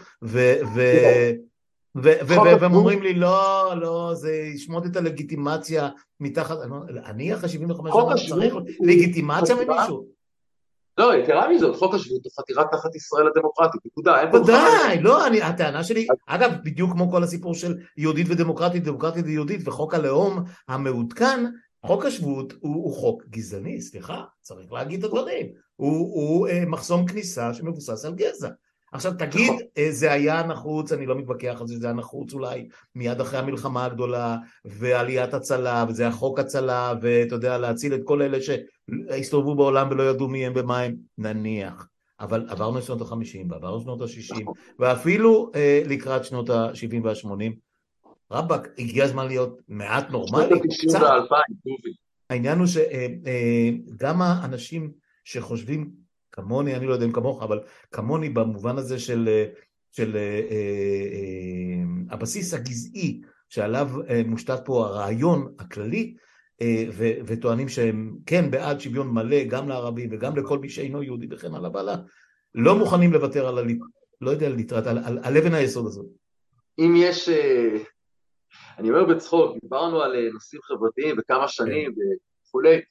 Speaker 1: והם אומרים לי, לא, זה ישמוד את הלגיטימציה מתחת, אני אחרי 75 שנה צריך לגיטימציה ממישהו.
Speaker 2: לא, יתרה מזאת, חוק השבות הוא חתירה תחת ישראל הדמוקרטית, נקודה.
Speaker 1: ודאי, לא, הטענה שלי, אגב, בדיוק כמו כל הסיפור של יהודית ודמוקרטית, דמוקרטית ויהודית, וחוק הלאום המעודכן, חוק השבות הוא חוק גזעני, סליחה, צריך להגיד את הדברים, הוא מחסום כניסה שמבוסס על גזע. עכשיו תגיד, זה היה נחוץ, אני לא מתווכח על זה, זה היה נחוץ אולי מיד אחרי המלחמה הגדולה, ועליית הצלה, וזה החוק הצלה, ואתה יודע, להציל את כל אלה שהסתובבו בעולם ולא ידעו מי הם ומה הם, נניח. אבל עברנו שנות ה-50, ועברנו שנות ה-60, ואפילו לקראת שנות ה-70 וה-80, רבק, הגיע הזמן להיות מעט נורמלי. העניין הוא שגם האנשים שחושבים כמוני, אני לא יודע אם כמוך, אבל כמוני במובן הזה של הבסיס הגזעי שעליו מושתת פה הרעיון הכללי, וטוענים שהם כן בעד שוויון מלא גם לערבי וגם לכל מי שאינו יהודי וכן הלאה והלאה, לא מוכנים לוותר על לא יודע, על אבן היסוד הזאת.
Speaker 2: אם יש, אני אומר בצחוק, דיברנו על נושאים חברתיים וכמה
Speaker 1: כן.
Speaker 2: שנים וכולי,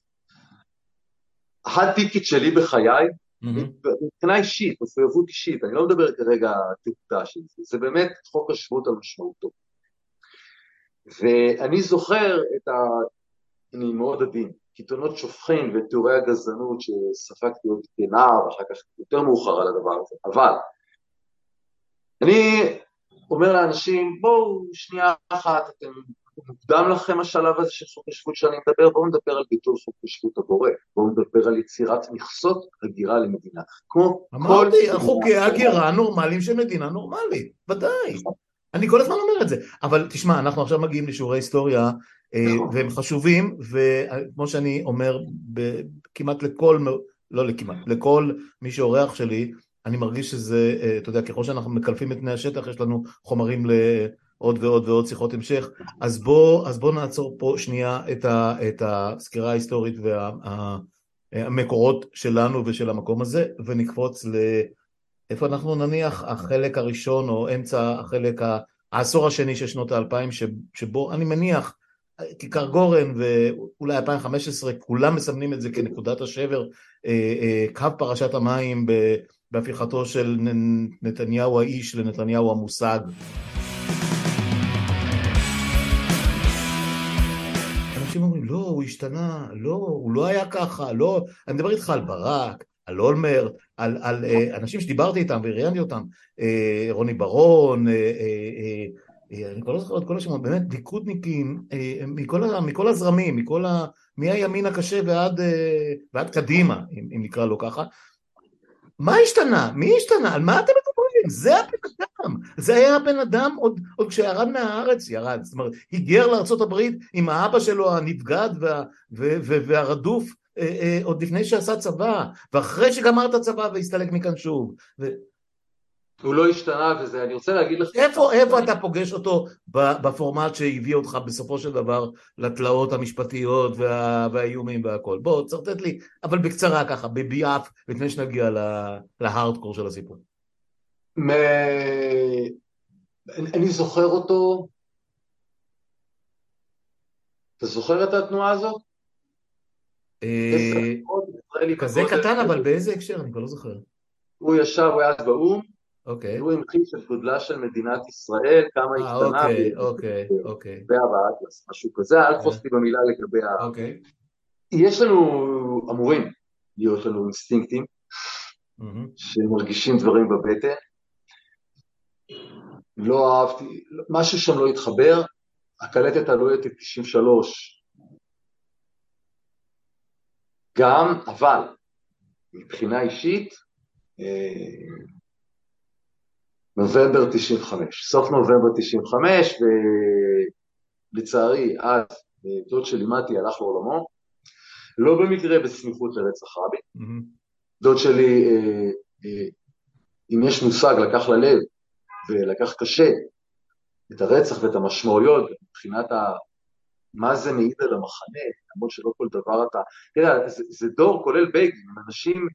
Speaker 2: הטיקט שלי בחיי, מבחינה אישית, מחויבות אישית, אני לא מדבר כרגע תעודה של זה, זה באמת חוק השבות על משמעותו. ואני זוכר אני מאוד עדין, קיתונות שופכים ותיאורי הגזענות שספגתי עוד כנער, ואחר כך יותר מאוחר על הדבר הזה, אבל אני אומר לאנשים, בואו שנייה אחת, אתם מוקדם לכם השלב הזה של חוק השבות שאני מדבר, בואו נדבר על ביטול חוק השבות הגורף, בואו נדבר על יצירת מכסות הגירה למדינה.
Speaker 1: אמרתי, חוקי הגירה נורמליים של מדינה נורמלית, ודאי. אני כל הזמן אומר את זה, אבל תשמע, אנחנו עכשיו מגיעים לשיעורי היסטוריה, והם חשובים, וכמו שאני אומר, כמעט לכל, לא לכמעט, לכל מי שאורח שלי, אני מרגיש שזה, אתה יודע, ככל שאנחנו מקלפים את פני השטח, יש לנו חומרים לעוד ועוד ועוד שיחות המשך, אז בוא נעצור פה שנייה את הסקירה ההיסטורית והמקורות שלנו ושל המקום הזה, ונקפוץ איפה אנחנו נניח החלק הראשון או אמצע החלק העשור השני של שנות ה-2000, שבו אני מניח כיכר גורן ואולי 2015 כולם מסמנים את זה כנקודת השבר, קו פרשת המים בהפיכתו של נתניהו האיש לנתניהו המושג. אנשים אומרים, לא, הוא השתנה, לא, הוא לא היה ככה, לא, אני מדבר איתך על ברק, על אולמרט, על אנשים שדיברתי איתם והראיינתי אותם, רוני ברון, אני כבר לא זוכר את כל השמות, באמת ליכודניקים, מכל הזרמים, מהימין הקשה ועד קדימה, אם נקרא לו ככה. מה השתנה? מי השתנה? על מה אתם מדברים? זה הבן אדם. זה היה הבן אדם עוד כשירד מהארץ, ירד. זאת אומרת, היגר לארצות הברית עם האבא שלו הנבגד והרדוף, עוד לפני שעשה צבא, ואחרי שגמר את הצבא והסתלק מכאן שוב.
Speaker 2: הוא לא השתנה, וזה, אני רוצה להגיד לך...
Speaker 1: איפה אתה פוגש אותו בפורמט שהביא אותך בסופו של דבר לתלאות המשפטיות והאיומים והכל? בוא, תסרטט לי, אבל בקצרה ככה, בביאף, לפני שנגיע להארדקור של הסיפור.
Speaker 2: אני זוכר אותו... אתה זוכר את התנועה הזאת?
Speaker 1: כזה קטן, אבל באיזה הקשר? אני כבר לא זוכר.
Speaker 2: הוא ישב, הוא היה אז באום,
Speaker 1: אוקיי.
Speaker 2: הוא המחיש את גודלה של מדינת ישראל, כמה השתנה,
Speaker 1: אוקיי.
Speaker 2: והאטלס, משהו כזה, אל תפוס לי במילה לגבי
Speaker 1: אוקיי.
Speaker 2: יש לנו, אמורים להיות לנו אינסטינקטים, שמרגישים דברים בבטן, לא אהבתי, משהו שם לא התחבר, הקלטת הלויית 93, גם, אבל, מבחינה אישית, נובמבר 95, סוף נובמבר 95, ולצערי, אז, דוד שלי מתי הלך לעולמו, לא במקרה בסמיכות לרצח רבין, דוד שלי, אם יש מושג, לקח ללב, ולקח קשה, את הרצח ואת המשמעויות, מבחינת מה זה מעיד על המחנה, למרות שלא כל דבר אתה, תראה, זה דור כולל בגין, אנשים,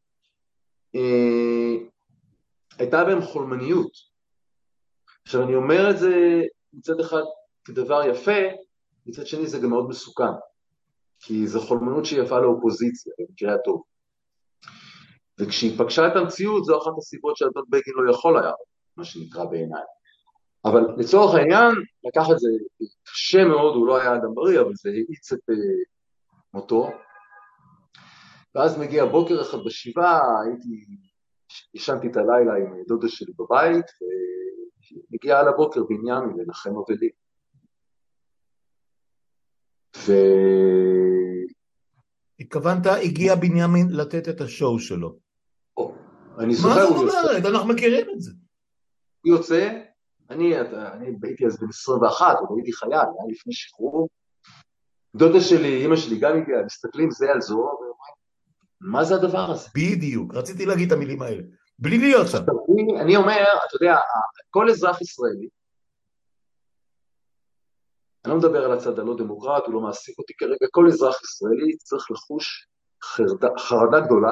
Speaker 2: הייתה בהם חולמניות. עכשיו אני אומר את זה מצד אחד כדבר יפה, מצד שני זה גם מאוד מסוכן, כי זו חולמנות שהיא יפה לאופוזיציה, במקרה הטוב. וכשהיא פגשה את המציאות, זו אחת הסיבות שאדון בגין לא יכול היה, מה שנקרא בעיניי. אבל לצורך העניין, לקח את זה קשה מאוד, הוא לא היה אדם בריא, אבל זה האיץ את מותו. ואז מגיע בוקר אחד בשבעה, ישנתי את הלילה עם דודה שלי בבית, ומגיע על הבוקר בנימין לנחם אבלים.
Speaker 1: התכוונת, הגיע בנימין לתת את השואו שלו.
Speaker 2: אני זוכר,
Speaker 1: מה זאת אומרת? אנחנו מכירים את זה.
Speaker 2: הוא יוצא, אני הייתי אז בן 21, עוד הייתי חייל, היה לפני שחרור. דודה שלי, אמא שלי גם הגיעה, מסתכלים זה על זו, מה זה הדבר הזה?
Speaker 1: בדיוק, רציתי להגיד את המילים האלה, בלי להיות שם.
Speaker 2: עכשיו, אני אומר, אתה יודע, כל אזרח ישראלי, אני לא מדבר על הצד הלא דמוקרט, הוא לא מעסיק אותי כרגע, כל אזרח ישראלי צריך לחוש חרדה גדולה,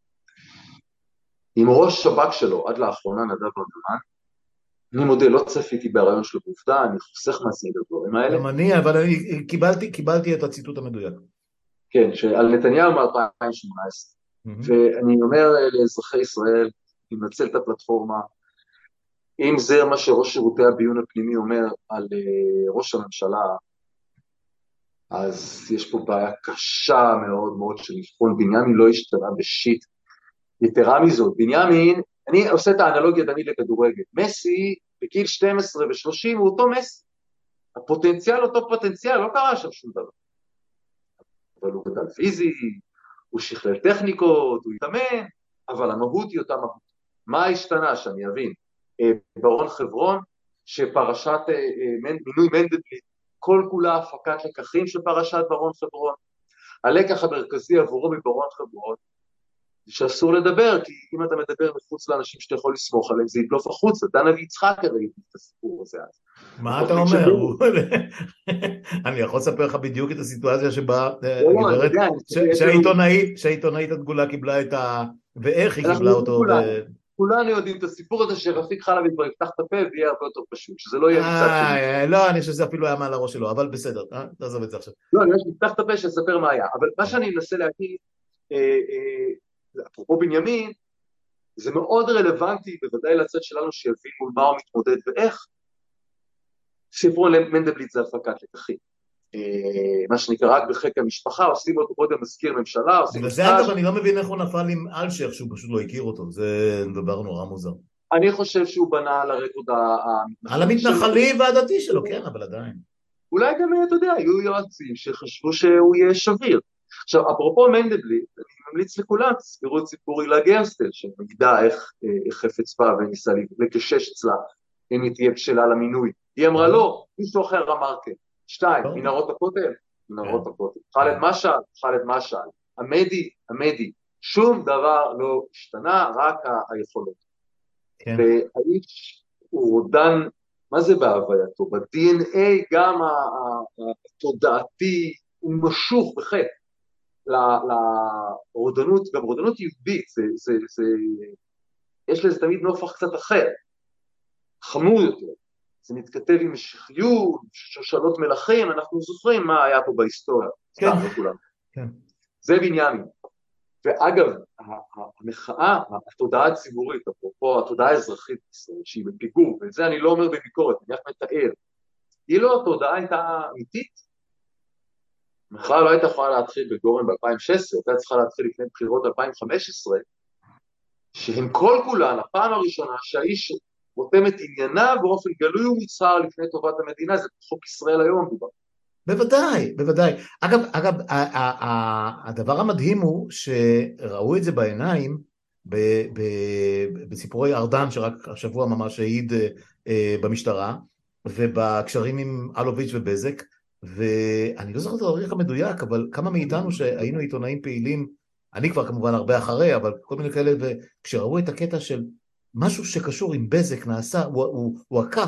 Speaker 2: עם ראש שב"כ שלו, עד לאחרונה נדב ארגמן, אני מודה, לא צפיתי בהרעיון שלו בעובדה, אני חוסך מעצמי את הדברים האלה.
Speaker 1: גם אני, אבל אני קיבלתי את הציטוט המדויק.
Speaker 2: כן, שעל נתניהו מ-2018.
Speaker 1: מהמם.
Speaker 2: ואני אומר לאזרחי ישראל, אני מנצל את הפלטפורמה, אם זה מה שראש שירותי הביון הפנימי אומר על ראש הממשלה, אז יש פה בעיה קשה מאוד מאוד של לבחון, בנימין לא השתנה בשיט. יתרה מזאת, בנימין, אני עושה את האנלוגיה תמיד לכדורגל, מסי בגיל 12 ו-30 הוא אותו מסי, הפוטנציאל אותו פוטנציאל, לא קרה שם שום דבר, אבל הוא גדל פיזי, הוא שכלל טכניקות, הוא התאמן, אבל המהות היא אותה מהות. מה השתנה שאני אבין? ברון חברון, שפרשת מינוי מנדלבליט, כל כולה הפקת לקחים של פרשת ברון חברון, הלקח המרכזי עבורו מברון חברון, שאסור לדבר, כי אם אתה מדבר מחוץ לאנשים שאתה יכול לסמוך עליהם, זה ידלוף החוצה. דן אבי יצחק הרי את הסיפור הזה אז.
Speaker 1: מה אתה אומר? אני יכול לספר לך בדיוק את הסיטואציה שבה
Speaker 2: לא, אני
Speaker 1: הגברת,
Speaker 2: יודע,
Speaker 1: שהעיתונאית הדגולה קיבלה את ואיך היא
Speaker 2: אנחנו
Speaker 1: קיבלה
Speaker 2: יודעים
Speaker 1: אותו.
Speaker 2: כולנו יודעים את הסיפור הזה שרפיק חלבי כבר יפתח את הפה ויהיה הרבה יותר פשוט, שזה לא יהיה מצד שני.
Speaker 1: לא, אני חושב שזה אפילו היה מעל הראש שלו, אבל בסדר, תעזוב את זה עכשיו.
Speaker 2: לא, אני אומר שיפתח את הפה שיספר מה היה, אבל מה שאני מנסה להגיד, אפרופו בנימין, זה מאוד רלוונטי, בוודאי לצד שלנו שיבין מול מה הוא מתמודד ואיך. סיפרו על מנדלבליט זה הפקת לקחים. מה שנקרא רק בחיק המשפחה, עושים אותו קודם מזכיר ממשלה, עושים לו
Speaker 1: בגלל זה אגב
Speaker 2: סטאז'.
Speaker 1: אני לא מבין איך הוא נפל עם אלשיך שהוא פשוט לא הכיר אותו, זה דבר נורא מוזר.
Speaker 2: אני חושב שהוא בנה על הרקורד
Speaker 1: על
Speaker 2: המתנחלי שלו.
Speaker 1: המתנחלי והדתי שלו, כן, אבל עדיין.
Speaker 2: אולי גם, אתה יודע, היו יועצים שחשבו שהוא יהיה שביר. עכשיו, אפרופו מנדלבליט, אני ממליץ לכולם, תזכרו את סיפור הילה גרסטל, שנגדה איך חפץ בא וניסה לקשש אצלה, אם היא תהיה בשלה למינוי. היא אמרה לא, מישהו אחר אמר כן. 2, מנהרות הכותל, מנהרות הכותל. ח'אלד משעל, עמדי, שום דבר לא השתנה, רק היכולות.
Speaker 1: כן.
Speaker 2: והאיש הוא רודן, מה זה בהווייתו? ב-DNA גם התודעתי, הוא משוך בחטא לרודנות, גם רודנות יהודית, יש לזה תמיד נופח קצת אחר, חמור יותר. זה מתכתב עם משיחיות, שושלות מלכים, אנחנו זוכרים מה היה פה בהיסטוריה,
Speaker 1: כן.
Speaker 2: סתם לכולם.
Speaker 1: כן.
Speaker 2: זה בנימין. ואגב, המחאה, התודעה הציבורית, אפרופו התודעה האזרחית בישראל, שהיא בפיגור, ואת זה אני לא אומר בביקורת, אני רק מתאר, אילו התודעה הייתה אמיתית, המחאה לא הייתה יכולה להתחיל בגורן ב-2016, הייתה צריכה להתחיל לפני בחירות 2015, שהן כל כולן, הפעם הראשונה שהאיש רותם את ענייניו באופן גלוי ומוצהר לפני טובת המדינה, זה חוק ישראל היום מדובר.
Speaker 1: בוודאי, בוודאי. אגב, הדבר המדהים הוא שראו את זה בעיניים בסיפורי ארדן, שרק השבוע ממש העיד במשטרה, ובקשרים עם אלוביץ' ובזק, ואני לא זוכר את התאריך המדויק, אבל כמה מאיתנו שהיינו עיתונאים פעילים, אני כבר כמובן הרבה אחרי, אבל כל מיני כאלה, וכשראו את הקטע של משהו שקשור עם בזק נעשה, הוא עקף,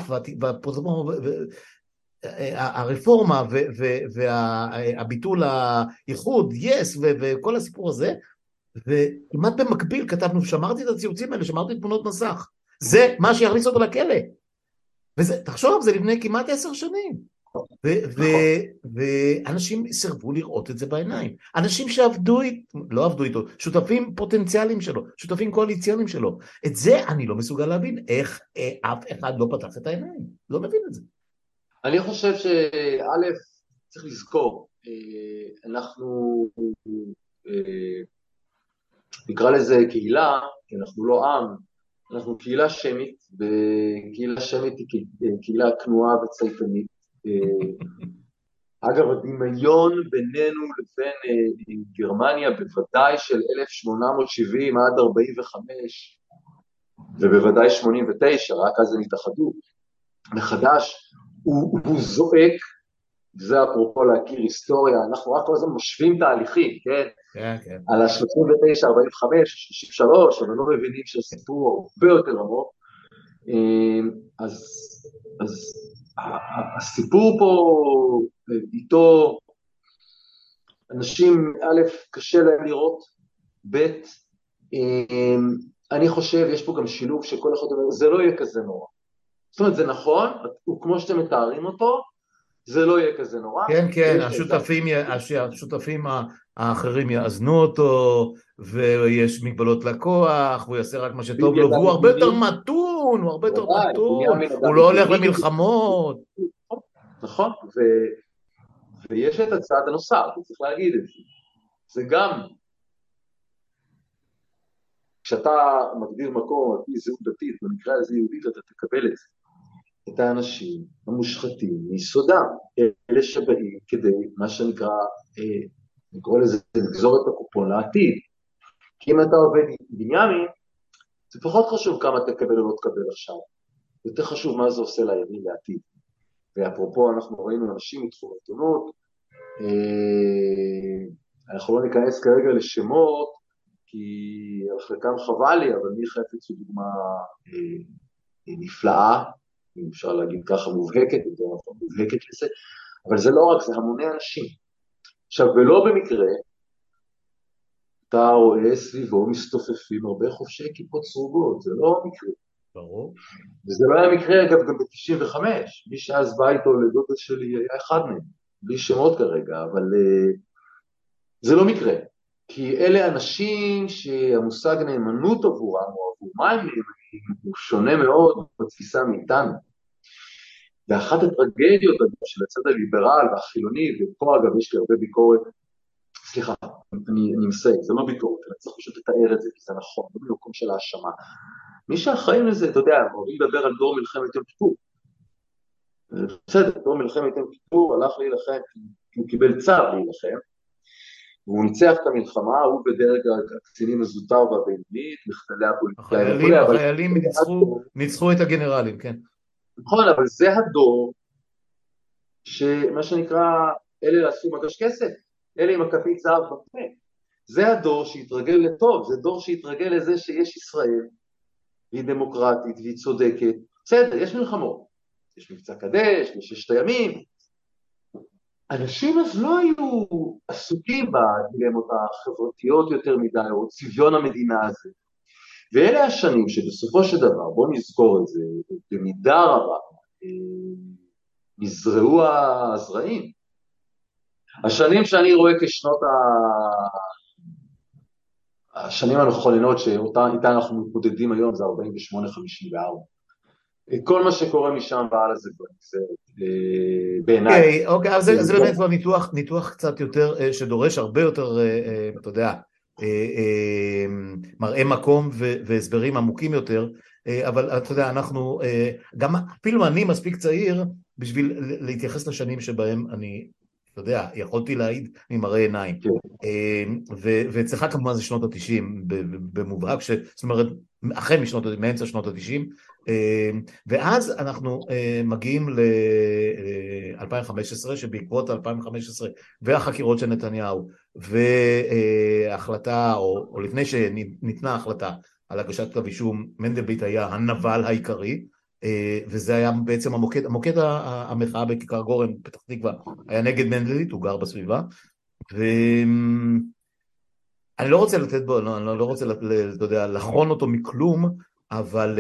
Speaker 1: הרפורמה והביטול האיחוד, יס, וכל הסיפור הזה, וכמעט במקביל כתבנו, שמרתי את הציוצים האלה, שמרתי תמונות מסך, זה מה שיכניס אותו לכלא, תחשוב, זה לפני כמעט 10 שנים, ואנשים סירבו לראות את זה בעיניים, אנשים שעבדו, לא עבדו איתו, שותפים פוטנציאליים שלו, שותפים קואליציוניים שלו, את זה אני לא מסוגל להבין, איך אף אחד לא פתח את העיניים, לא מבין את זה.
Speaker 2: אני חושב שא' צריך לזכור, אנחנו נקרא לזה קהילה, כי אנחנו לא עם, אנחנו קהילה שמית, וקהילה שמית היא קהילה כנועה וצייתנית. אגב, הדמיון בינינו לבין גרמניה, בוודאי של 1870 עד 45, ובוודאי 89, רק אז הם התאחדו, מחדש, הוא זועק, זה אפרופו להכיר היסטוריה, אנחנו רק כל הזמן משווים תהליכים, כן?
Speaker 1: כן, כן.
Speaker 2: על ה-39, 45, 33, אבל לא מבינים שהסיפור הרבה יותר עמוק. אז הסיפור פה איתו, אנשים, א', קשה להם לראות, ב', אני חושב, יש פה גם שילוב שכל אחד אומר, זה לא יהיה כזה נורא. זאת אומרת, זה נכון, הוא כמו שאתם מתארים אותו, זה לא יהיה כזה נורא.
Speaker 1: כן, כן, השותפים האחרים יאזנו אותו, ויש מגבלות לכוח, והוא יעשה רק מה שטוב
Speaker 2: ביבי
Speaker 1: לו,
Speaker 2: אדם
Speaker 1: והוא הרבה יותר
Speaker 2: מדיני,
Speaker 1: מתון, הוא הרבה יותר
Speaker 2: ודאי,
Speaker 1: מתון,
Speaker 2: בנימין
Speaker 1: הוא
Speaker 2: אדם
Speaker 1: לא הולך
Speaker 2: מדיני,
Speaker 1: למלחמות.
Speaker 2: נכון, ויש את הצעד הנוסף, צריך להגיד את זה. זה גם, כשאתה מגדיר מקום על פי זהות דתית, במקרה הזה יהודית, אתה תקבל את זה. את האנשים המושחתים מיסודם, אלה שבאים כדי, מה שנקרא, נקרא לזה, לגזור את הקופון לעתיד. כי אם אתה עובד עם בנימין, זה פחות חשוב כמה תקבל או לא תקבל עכשיו. יותר חשוב מה זה עושה לימין לעתיד. ואפרופו, אנחנו ראינו אנשים מתחום העיתונות, אנחנו לא ניכנס כרגע לשמות, כי על חלקם חבל לי, אבל מיכה חפץ הוא דוגמה נפלאה, אם אפשר להגיד ככה מובהקת, יותר נכון מובהקת לזה, אבל זה לא רק, זה המוני אנשים. עכשיו, ולא במקרה, אתה רואה סביבו מסתופפים הרבה חובשי כיפות סרוגות, זה לא מקרה.
Speaker 1: ברור.
Speaker 2: וזה לא היה מקרה, אגב, גם ב-95, מי שאז בא איתו לדודה שלי היה אחד מהם, בלי שמות כרגע, אבל זה לא מקרה. כי אלה אנשים שהמושג נאמנות עבורם, או עבור מה הם נאמנים, הוא שונה מאוד בתפיסה מאיתנו. ואחת הטרגדיות של הצד הליברל והחילוני, ופה אגב יש לי הרבה ביקורת, סליחה, אני מסיים, זה לא ביקורת, אני צריך פשוט לתאר את זה, כי זה נכון, לא במקום של האשמה. מי שאחראים לזה, אתה יודע, אוהבים לדבר על דור מלחמת יום כיפור. בסדר, דור מלחמת יום כיפור הלך להילחם, הוא קיבל צו להילחם, והוא ניצח את המלחמה, הוא בדרג הקצינים הזוטר והבינונית, מחדלי הפוליטיקאים וכו'.
Speaker 1: החיילים ניצחו את הגנרלים, כן.
Speaker 2: נכון, אבל זה הדור, שמה שנקרא, אלה עשו מגש כסף, אלה עם הכפית זהב בפה. זה הדור שהתרגל לטוב, זה דור שהתרגל לזה שיש ישראל, והיא דמוקרטית, והיא צודקת. בסדר, יש מלחמות, יש מבצע קדש, יש ששת הימים. אנשים אז לא היו עסוקים בדילמות החברתיות יותר מדי, או צביון המדינה הזה. ואלה השנים שבסופו של דבר, בואו נזכור את זה, במידה רבה, נזרעו הזרעים. השנים שאני רואה כשנות השנים המכוננות שאיתן אנחנו מתמודדים היום זה 48-54. כל מה שקורה משם והלאה זה בעיניי.
Speaker 1: אוקיי, אז זה באמת כבר ניתוח קצת יותר, שדורש הרבה יותר, אתה יודע, מראה מקום והסברים עמוקים יותר, אבל אתה יודע, אנחנו, גם אפילו אני מספיק צעיר בשביל להתייחס לשנים שבהם אני, אתה יודע, יכולתי להעיד ממראה עיניים. ואצלך כמובן זה שנות ה-90 במובהק, זאת אומרת, אחרי מאמצע שנות ה-90, ואז אנחנו מגיעים ל-2015, שבעקבות 2015 והחקירות של נתניהו, וההחלטה, או לפני שניתנה החלטה על הגשת כתב אישום, מנדלבליט היה הנבל העיקרי, וזה היה בעצם המוקד המחאה בכיכר גורן פתח תקווה, היה נגד מנדלבליט, הוא גר בסביבה, ואני לא רוצה לתת בו, אני לא רוצה, אתה יודע, לחון אותו מכלום, אבל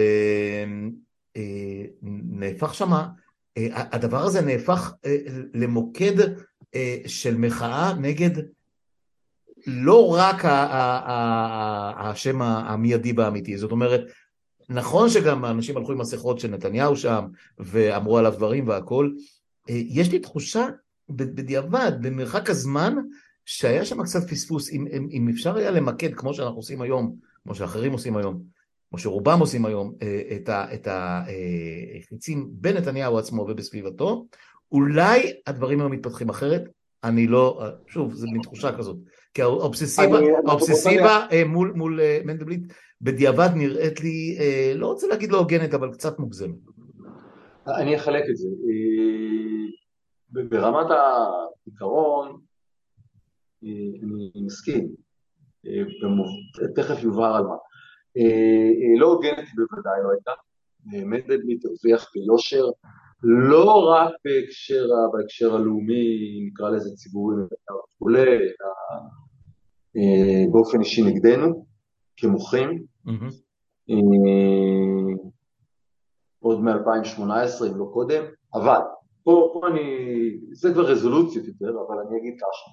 Speaker 1: נהפך שמה, הדבר הזה נהפך למוקד של מחאה נגד לא רק השם המיידי והאמיתי, זאת אומרת, נכון שגם האנשים הלכו עם מסכות של נתניהו שם, ואמרו עליו דברים והכל, יש לי תחושה בדיעבד, במרחק הזמן, שהיה שם קצת פספוס, אם אפשר היה למקד, כמו שאנחנו עושים היום, כמו שאחרים עושים היום, כמו שרובם עושים היום, את החיצים בין נתניהו עצמו ובסביבתו, אולי הדברים היו מתפתחים אחרת, אני לא, שוב, זה מתחושה כזאת, כי האובססיבה מול מנדלבליט, בדיעבד נראית לי, לא רוצה להגיד לא הוגנת, אבל קצת מוגזמת.
Speaker 2: אני אחלק את זה. ברמת העיקרון, אני מסכים, תכף יובהר על מה. לא הוגנת בוודאי לא הייתה, מנדלבליט הרוויח ביושר, לא רק בהקשר הלאומי, נקרא לזה ציבורי וכולי, באופן אישי נגדנו, כמוחים, עוד מ-2018, אם לא קודם, אבל, פה זה כבר רזולוציות יותר, אבל אני אגיד ככה,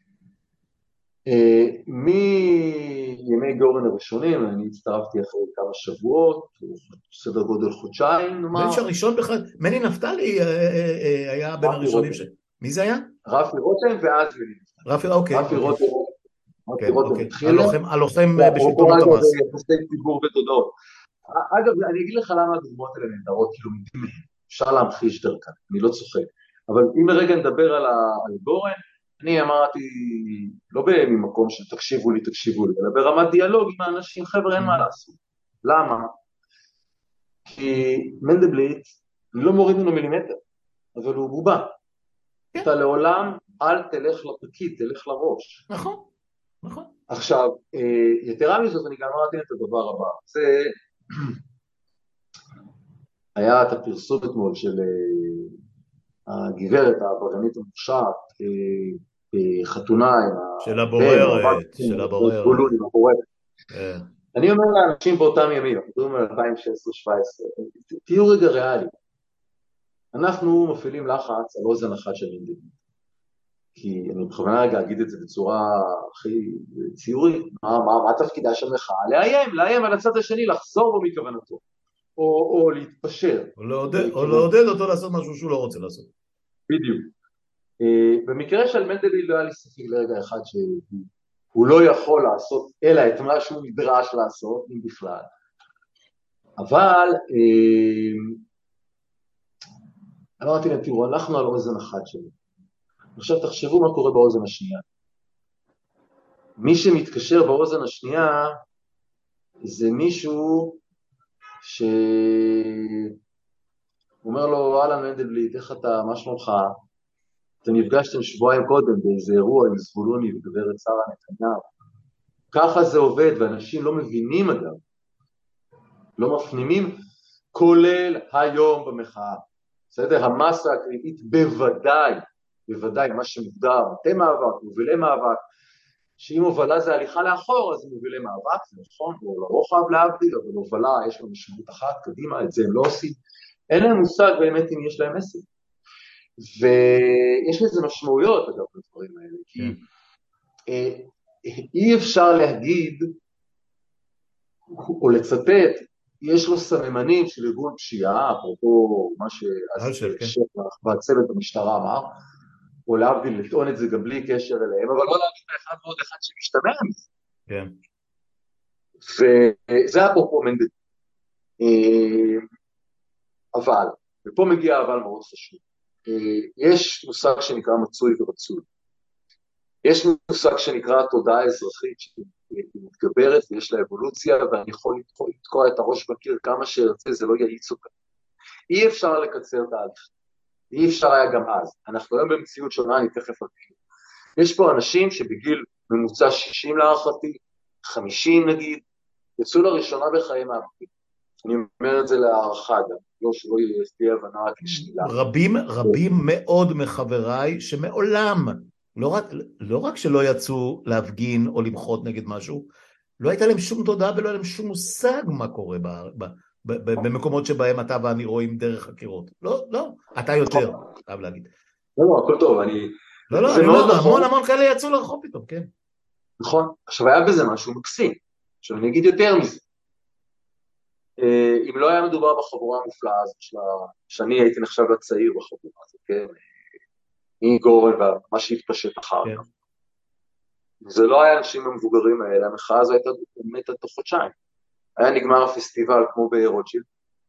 Speaker 2: מימי גורן הראשונים, אני הצטרפתי אחרי כמה שבועות, סדר גודל חודשיים, נאמר.
Speaker 1: ואיש הראשון בכלל, מני נפתלי היה בין הראשונים מי זה היה?
Speaker 2: רפי רותם ואז מני נפתלי.
Speaker 1: רפי, אוקיי.
Speaker 2: רפי רותם התחיל.
Speaker 1: הלוחם בשלטונות המס.
Speaker 2: יחסי ציבור ותודעות. אגב, אני אגיד לך למה הדוגמאות האלה נהדרות, כאילו, אפשר להמחיש דרכן, אני לא צוחק. אבל אם לרגע נדבר על גורן, אני אמרתי, לא ממקום של תקשיבו לי, אלא ברמת דיאלוג עם האנשים, חבר'ה, אין מה לעשות. למה? כי מנדלבליט, אני לא מוריד ממנו מילימטר, אבל הוא בובה. אתה לעולם, אל תלך לפקיד, תלך לראש.
Speaker 1: נכון, נכון.
Speaker 2: עכשיו, יתרה מזאת, אני גם אמרתי את הדבר הבא. זה היה את הפרסום אתמול של הגברת, העבריינית המורשעת, חתונה
Speaker 1: של הבוררת,
Speaker 2: אני אומר לאנשים באותם ימים, אנחנו מדברים על 2016-2017, תהיו רגע ריאליים, אנחנו מפעילים לחץ על אוזן אחת של מנדלבליט, כי אני בכוונה רגע אגיד את זה בצורה הכי ציורית, מה תפקידה של מחאה? לאיים על הצד השני, לחזור בו מכוונתו, או להתפשר.
Speaker 1: או לעודד אותו לעשות משהו שהוא לא רוצה לעשות.
Speaker 2: בדיוק. במקרה של מנדלבליט לא היה לי ספק לרגע אחד שהוא לא יכול לעשות אלא את מה שהוא נדרש לעשות, אם בכלל. אבל אמרתי להם, תראו, אנחנו על אוזן אחת שלנו. עכשיו תחשבו מה קורה באוזן השנייה. מי שמתקשר באוזן השנייה זה מישהו אומר לו, אהלן מנדלבליט, איך אתה, מה שלומך? אתם נפגשתם שבועיים קודם באיזה אירוע עם זבולוני וגברת שרה נתניהו. ככה זה עובד, ואנשים לא מבינים אגב, לא מפנימים, כולל היום במחאה. בסדר? המסה הקריטית בוודאי, מה שמוגדר, מטה מאבק, מובילי מאבק, שאם הובלה זה הליכה לאחור, אז מובילי מאבק, זה נכון, או לרוחב להבדיל, אבל הובלה יש לו משמעות אחת, קדימה, את זה הם לא עושים. אין להם מושג באמת אם יש להם מסר. ויש לזה משמעויות, אגב, לדברים האלה, כי אי אפשר להגיד, או לצטט, יש לו סממנים של ארגון פשיעה, אפרופו מה שהצוות במשטרה אמר, או להבדיל לטעון את זה גם בלי קשר אליהם, אבל לא להבדיל לאחד ועוד אחד שמשתמע מזה.
Speaker 1: כן.
Speaker 2: וזה אפרופו מנדלבליט. אבל, ופה מגיע אבל מאוד חשוב, יש מושג שנקרא מצוי ורצוי. יש מושג שנקרא תודעה אזרחית שמתגברת ויש לה אבולוציה, ואני יכול לתקוע את הראש בקיר כמה שירצה, זה לא יעיץ אותה. אי אפשר לקצר תהליך. אי אפשר היה גם אז. אנחנו היום במציאות שונה, אני תכף אגיד. יש פה אנשים שבגיל ממוצע 60 להערכתי, 50 נגיד, יצאו לראשונה בחיי מאבקים. אני אומר את זה להערכה גם, לא שלא תהיה הבנה כשלילה.
Speaker 1: רבים מאוד מחבריי שמעולם, לא רק שלא יצאו להפגין או למחות נגד משהו, לא הייתה להם שום תודעה ולא היה להם שום מושג מה קורה במקומות שבהם אתה ואני רואים דרך חקירות. לא, אתה יותר, חייב להגיד.
Speaker 2: לא, הכל טוב, אני
Speaker 1: המון כאלה יצאו לרחוב פתאום, כן.
Speaker 2: נכון, עכשיו היה בזה משהו מקסים, עכשיו אני אגיד יותר מזה. אם לא היה מדובר בחבורה המופלאה הזאת, שאני הייתי נחשב לצעיר בחבורה הזאת, כן? גורן ומה שהתפשט אחר כך. זה לא היה אנשים המבוגרים האלה, המחאה הזו הייתה באמת תוך חודשיים. היה נגמר הפסטיבל כמו ברוטשילד,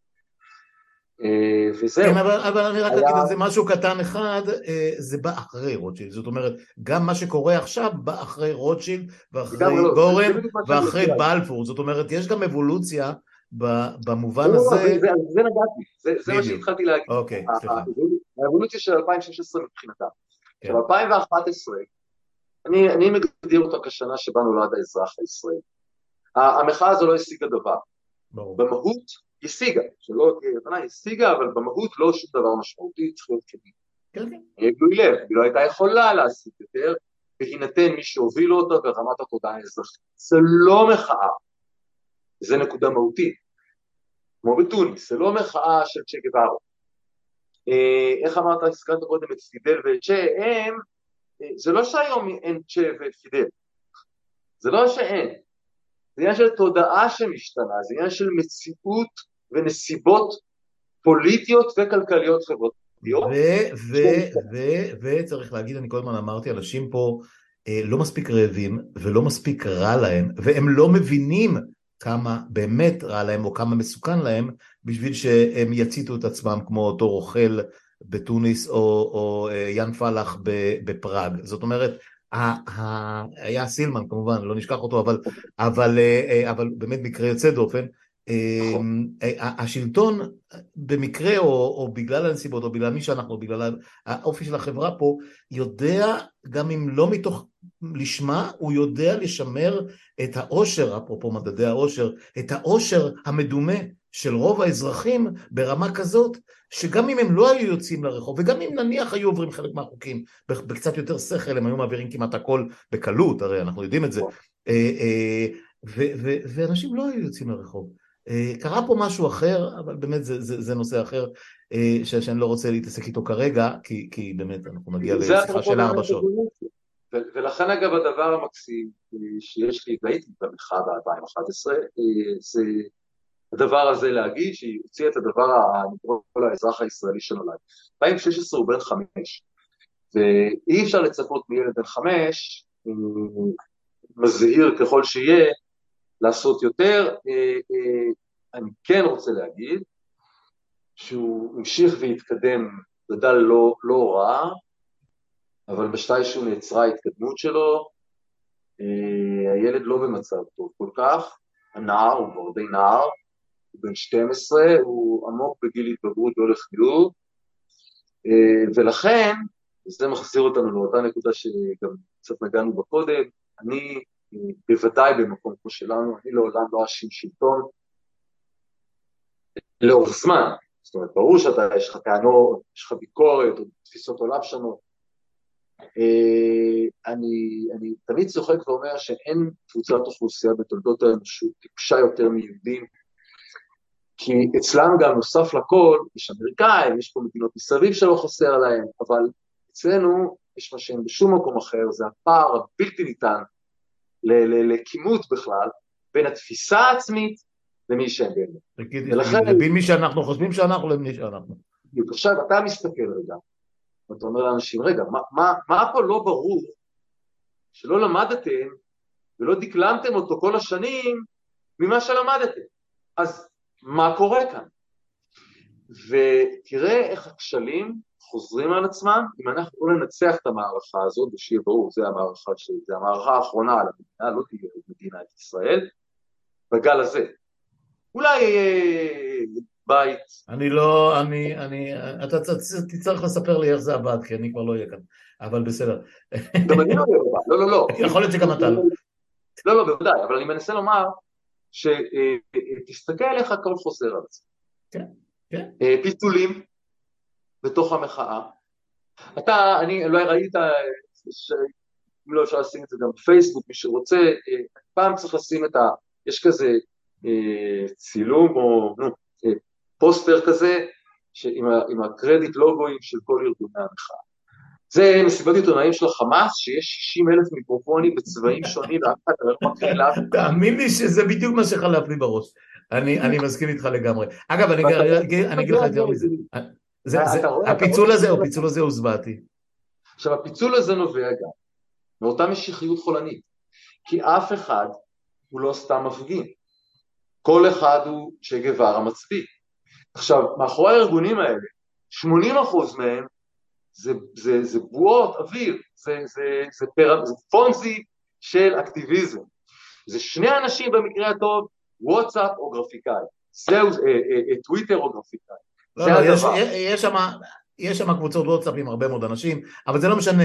Speaker 2: וזהו.
Speaker 1: כן, אבל אני רק אגיד את זה משהו קטן אחד, זה בא אחרי רוטשילד, זאת אומרת, גם מה שקורה עכשיו בא אחרי רוטשילד, ואחרי גורן, ואחרי בלפור, זאת אומרת, יש גם אבולוציה, במובן הזה...
Speaker 2: זה נגעתי, זה מה שהתחלתי להגיד.
Speaker 1: אוקיי, סליחה.
Speaker 2: האבולוציה של 2016 מבחינתה.
Speaker 1: כן.
Speaker 2: עכשיו, 2011, אני מגדיר אותה כשנה שבה נולד האזרח הישראלי. המחאה הזו לא השיגה דבר.
Speaker 1: ברור.
Speaker 2: במהות השיגה, שלא תהיה הבנה, השיגה, אבל במהות לא שום דבר משמעותי, צריך להיות כדי.
Speaker 1: כן, כן.
Speaker 2: גלוי לב, היא לא הייתה יכולה להשיג יותר, בהינתן מי שהוביל אותו ברמת התודעה האזרחית. זה לא מחאה, זה נקודה מהותית. כמו בתוניס, זה לא מחאה של צ'ה גווארה. איך אמרת, הזכרת קודם את פידל ואת צ'ה, זה לא שהיום אין צ'ה ואת פידל, זה לא שאין, זה עניין של תודעה שמשתנה, זה עניין של מציאות ונסיבות פוליטיות וכלכליות חברתיות.
Speaker 1: וצריך להגיד, אני כל הזמן אמרתי, אנשים פה לא מספיק רעבים ולא מספיק רע להם, והם לא מבינים כמה באמת רע להם או כמה מסוכן להם, בשביל שהם יציתו את עצמם כמו אותו רוכל בתוניס או יאן פלח בפראג. זאת אומרת, היה סילמן כמובן, לא נשכח אותו, אבל באמת מקרה יוצא דופן. השלטון במקרה או בגלל הנסיבות או בגלל מי שאנחנו, בגלל האופי של החברה פה, יודע, גם אם לא מתוך לשמה, הוא יודע לשמר את העושר, אפרופו מדדי העושר, את העושר המדומה של רוב האזרחים ברמה כזאת, שגם אם הם לא היו יוצאים לרחוב, וגם אם נניח היו עוברים חלק מהחוקים בקצת יותר שכל, הם היו מעבירים כמעט הכל בקלות, הרי אנחנו יודעים את זה, ואנשים לא היו יוצאים לרחוב. קרה פה משהו אחר, אבל באמת זה נושא אחר שאני לא רוצה להתעסק איתו כרגע, כי באמת אנחנו נגיע לשיחה של 4 שעות.
Speaker 2: ולכן אגב הדבר המקסים שיש לי, והייתי במחאה ב-2011, זה הדבר הזה להגיד שהיא הוציאה את הדבר הנקרא לאזרח הישראלי שנולד. 2016 הוא בן 5, ואי אפשר לצפות מילד בן 5, מזהיר ככל שיהיה, לעשות יותר. אני כן רוצה להגיד שהוא המשיך והתקדם, גדל לא רע, אבל בשתישהו נעצרה ההתקדמות שלו, הילד לא במצב טוב כל כך, הנער, הוא כבר די נער, הוא בן 12, הוא עמוק בגיל התבגרות והולך חיוב, ולכן, זה מחזיר אותנו לאותה נקודה שגם קצת נגענו בקודם, אני בוודאי במקום פה שלנו, אני לעולם לא אשים שלטון לאורך זמן, זאת אומרת, ברור שאתה, יש לך טענות, יש לך ביקורת, או תפיסות עולם שונות. אני תמיד צוחק ואומר שאין קבוצת אוכלוסייה בתולדות האנושות טיפשה יותר מיהודים, כי אצלם גם נוסף לכל, יש אמריקאים, יש פה מדינות מסביב שלא חסר להם, אבל אצלנו יש מה שאין בשום מקום אחר, זה הפער הבלתי ניתן לכימות בכלל, בין התפיסה העצמית למי שהם באמת.
Speaker 1: לבין מי שאנחנו חושבים שאנחנו למי שאנחנו.
Speaker 2: עכשיו אתה מסתכל רגע, ואתה אומר לאנשים, רגע, מה פה לא ברור, שלא למדתם, ולא דקלמתם אותו כל השנים, ממה שלמדתם. אז מה קורה כאן? ותראה איך הכשלים חוזרים על עצמם, אם אנחנו לא ננצח את המערכה הזאת, ושיהיה ברור, זה המערכה האחרונה על המדינה, לא תהיה מדינת ישראל, בגל הזה. אולי בית.
Speaker 1: אתה תצטרך לספר לי איך זה עבד, כי אני כבר לא אהיה כאן, אבל בסדר.
Speaker 2: גם אני לא אהיה, לא.
Speaker 1: יכול להיות שגם אתה לא.
Speaker 2: לא, בוודאי, אבל אני מנסה לומר, שתסתכל איך הכל חוזר על זה.
Speaker 1: כן, כן.
Speaker 2: פיצולים בתוך המחאה. אני אולי ראית, אם לא אפשר לשים את זה גם בפייסבוק, מי שרוצה, פעם צריך לשים יש כזה צילום או פוסטר כזה, עם הקרדיט לוגויים של כל ארגוני המחאה. זה מסיבת עיתונאים של החמאס, שיש 60,000 מיקרופונים בצבעים שונים, ואף אחד לא מקריא לאף אחד.
Speaker 1: תאמין לי שזה בדיוק מה שחלף לי בראש. אני מסכים איתך לגמרי. אגב, אני אגיד לך יותר מזה. הפיצול הזה הוא זוועתי.
Speaker 2: עכשיו, הפיצול הזה נובע גם מאותה משיחיות חולנית, כי אף אחד הוא לא סתם מפגין. כל אחד הוא צ'ה גווארה מצביא. עכשיו, מאחורי הארגונים האלה, 80% מהם זה בועות אוויר, זה פונזי של אקטיביזם. זה שני אנשים במקרה הטוב, וואטסאפ או גרפיקאי. זהו טוויטר או גרפיקאי.
Speaker 1: לא, יש שם, יש שם קבוצות וואטסאפ עם הרבה מאוד אנשים, אבל זה לא משנה,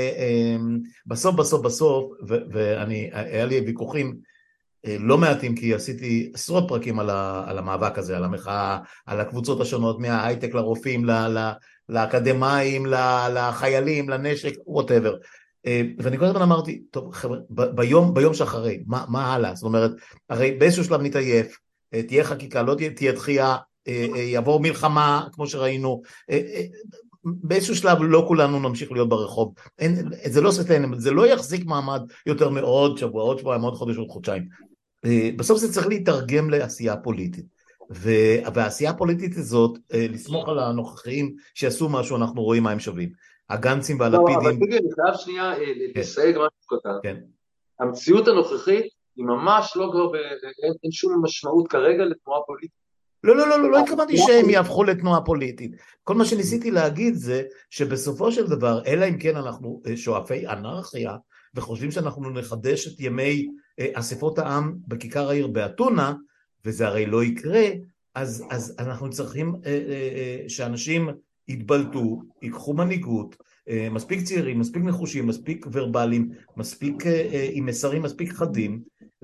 Speaker 1: בסוף, היה לי ויכוחים לא מעטים, כי עשיתי עשרות פרקים על המאבק הזה, על המחאה, על הקבוצות השונות, מההייטק לרופאים, לאקדמאים, לחיילים, לנשק, whatever. ואני כל הזמן אמרתי, טוב חבר'ה, ביום שאחרי, מה הלאה? זאת אומרת, הרי באיזשהו שלב נתעייף, תהיה חקיקה, לא תהיה דחייה, יעבור מלחמה, כמו שראינו, באיזשהו שלב לא כולנו נמשיך להיות ברחוב, זה לא סטייניבל, זה לא יחזיק מעמד יותר מעוד שבוע, עוד שבועיים, עוד חודש, עוד חודשיים. בסוף זה צריך להתרגם לעשייה פוליטית, והעשייה הפוליטית הזאת, לסמוך על הנוכחים שיעשו משהו, אנחנו רואים מה הם שווים. הגנצים והלפידים.
Speaker 2: לא, אבל תגיד, אני חייב שנייה לסייג משהו קטן.
Speaker 1: כן.
Speaker 2: המציאות הנוכחית היא ממש לא כבר, אין שום משמעות כרגע לתנועה פוליטית.
Speaker 1: לא התכוונתי שהם יהפכו לתנועה פוליטית. כל מה שניסיתי להגיד זה שבסופו של דבר, אלא אם כן אנחנו שואפי אנרכיה, וחושבים שאנחנו נחדש את ימי אספות העם בכיכר העיר באתונה, וזה הרי לא יקרה, אז אנחנו צריכים שאנשים יתבלטו, ייקחו מנהיגות, מספיק צעירים, מספיק נחושים, מספיק ורבליים, מספיק עם מסרים מספיק חדים,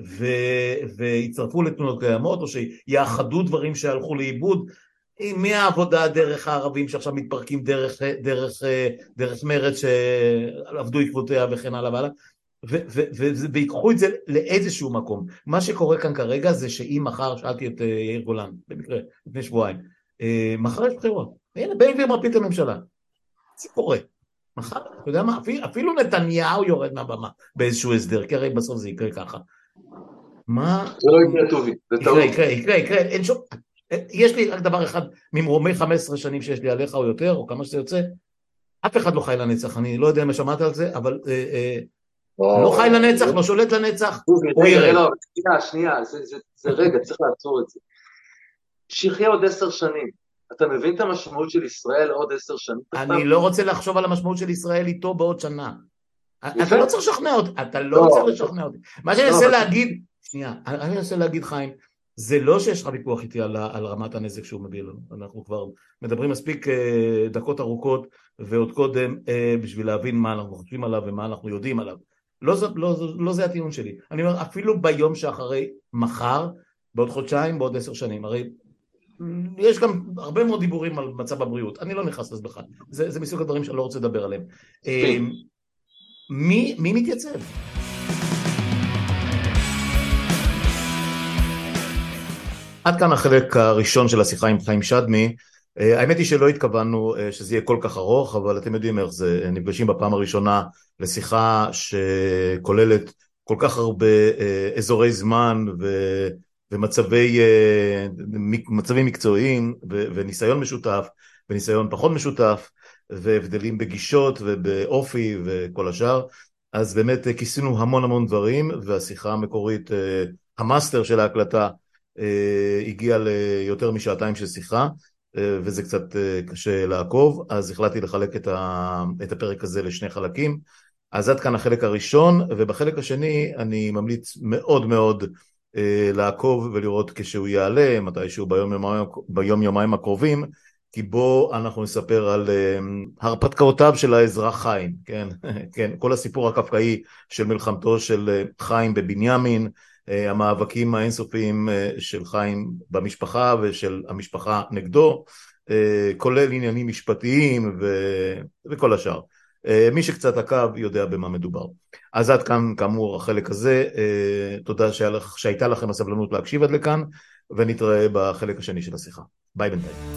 Speaker 1: ויצטרפו לתנועות קיימות, או שיאחדו דברים שהלכו לאיבוד, מהעבודה דרך הערבים שעכשיו מתפרקים דרך מרד שעבדו עקבותיה וכן הלאה והלאה, ויקחו את זה לאיזשהו מקום. מה שקורה כאן כרגע זה שאם מחר, שאלתי את יאיר גולן, במקרה, לפני שבועיים, מחר יש בחירות, הנה בן גביר מפיל את הממשלה, זה קורה. מחר, אתה יודע מה, אפילו נתניהו יורד מהבמה באיזשהו הסדר, כי הרי בסוף זה יקרה ככה. מה?
Speaker 2: זה לא יקרה טובי, זה טעות.
Speaker 1: יקרה, אין שום... יש לי רק דבר אחד, ממרומי 15 שנים שיש לי עליך או יותר, או כמה שזה יוצא, אף אחד לא חי לנצח, אני לא יודע אם שמעת על זה, אבל לא חי לנצח, לא שולט לנצח, הוא ירד.
Speaker 2: לא, שנייה, זה רגע, צריך לעצור את זה. שיחיה עוד 10 שנים. אתה מבין את המשמעות של ישראל עוד 10 שנים?
Speaker 1: אני לא רוצה לחשוב על המשמעות של ישראל איתו בעוד שנה. אתה לא צריך לשכנע אותי, אתה לא צריך לשכנע אותי. מה שאני אנסה להגיד, שנייה, אני אנסה להגיד חיים, זה לא שיש לך ויכוח איתי על רמת הנזק שהוא מביא לנו, אנחנו כבר מדברים מספיק דקות ארוכות ועוד קודם בשביל להבין מה אנחנו חושבים עליו ומה אנחנו יודעים עליו. לא זה הטיעון שלי. אני אומר, אפילו ביום שאחרי מחר, בעוד חודשיים, בעוד 10 שנים, הרי יש גם הרבה מאוד דיבורים על מצב הבריאות, אני לא נכנס לזה בכלל, זה מסוג הדברים שאני לא רוצה לדבר עליהם. מי מתייצב? עד כאן החלק הראשון של השיחה עם חיים שדמי. האמת היא שלא התכוונו שזה יהיה כל כך ארוך, אבל אתם יודעים איך זה, נפגשים בפעם הראשונה לשיחה שכוללת כל כך הרבה אזורי זמן ומצבים מקצועיים וניסיון משותף וניסיון פחות משותף והבדלים בגישות ובאופי וכל השאר. אז באמת כיסינו המון דברים, והשיחה המקורית, המאסטר של ההקלטה, הגיע ליותר משעתיים של שיחה, וזה קצת קשה לעקוב, אז החלטתי לחלק את הפרק הזה לשני חלקים. אז עד כאן החלק הראשון, ובחלק השני אני ממליץ מאוד לעקוב ולראות כשהוא יעלה, מתישהו ביום יומיים הקרובים, כי בו אנחנו נספר על הרפתקאותיו של האזרח חיים, כן, כן, כל הסיפור הקפקאי של מלחמתו של חיים בבנימין, המאבקים האינסופיים של חיים במשפחה ושל המשפחה נגדו, כולל עניינים משפטיים וכל השאר. מי שקצת עקב יודע במה מדובר. אז עד כאן כאמור החלק הזה, תודה שהייתה לכם הסבלנות להקשיב עד לכאן, ונתראה בחלק השני של השיחה. ביי בינתיים.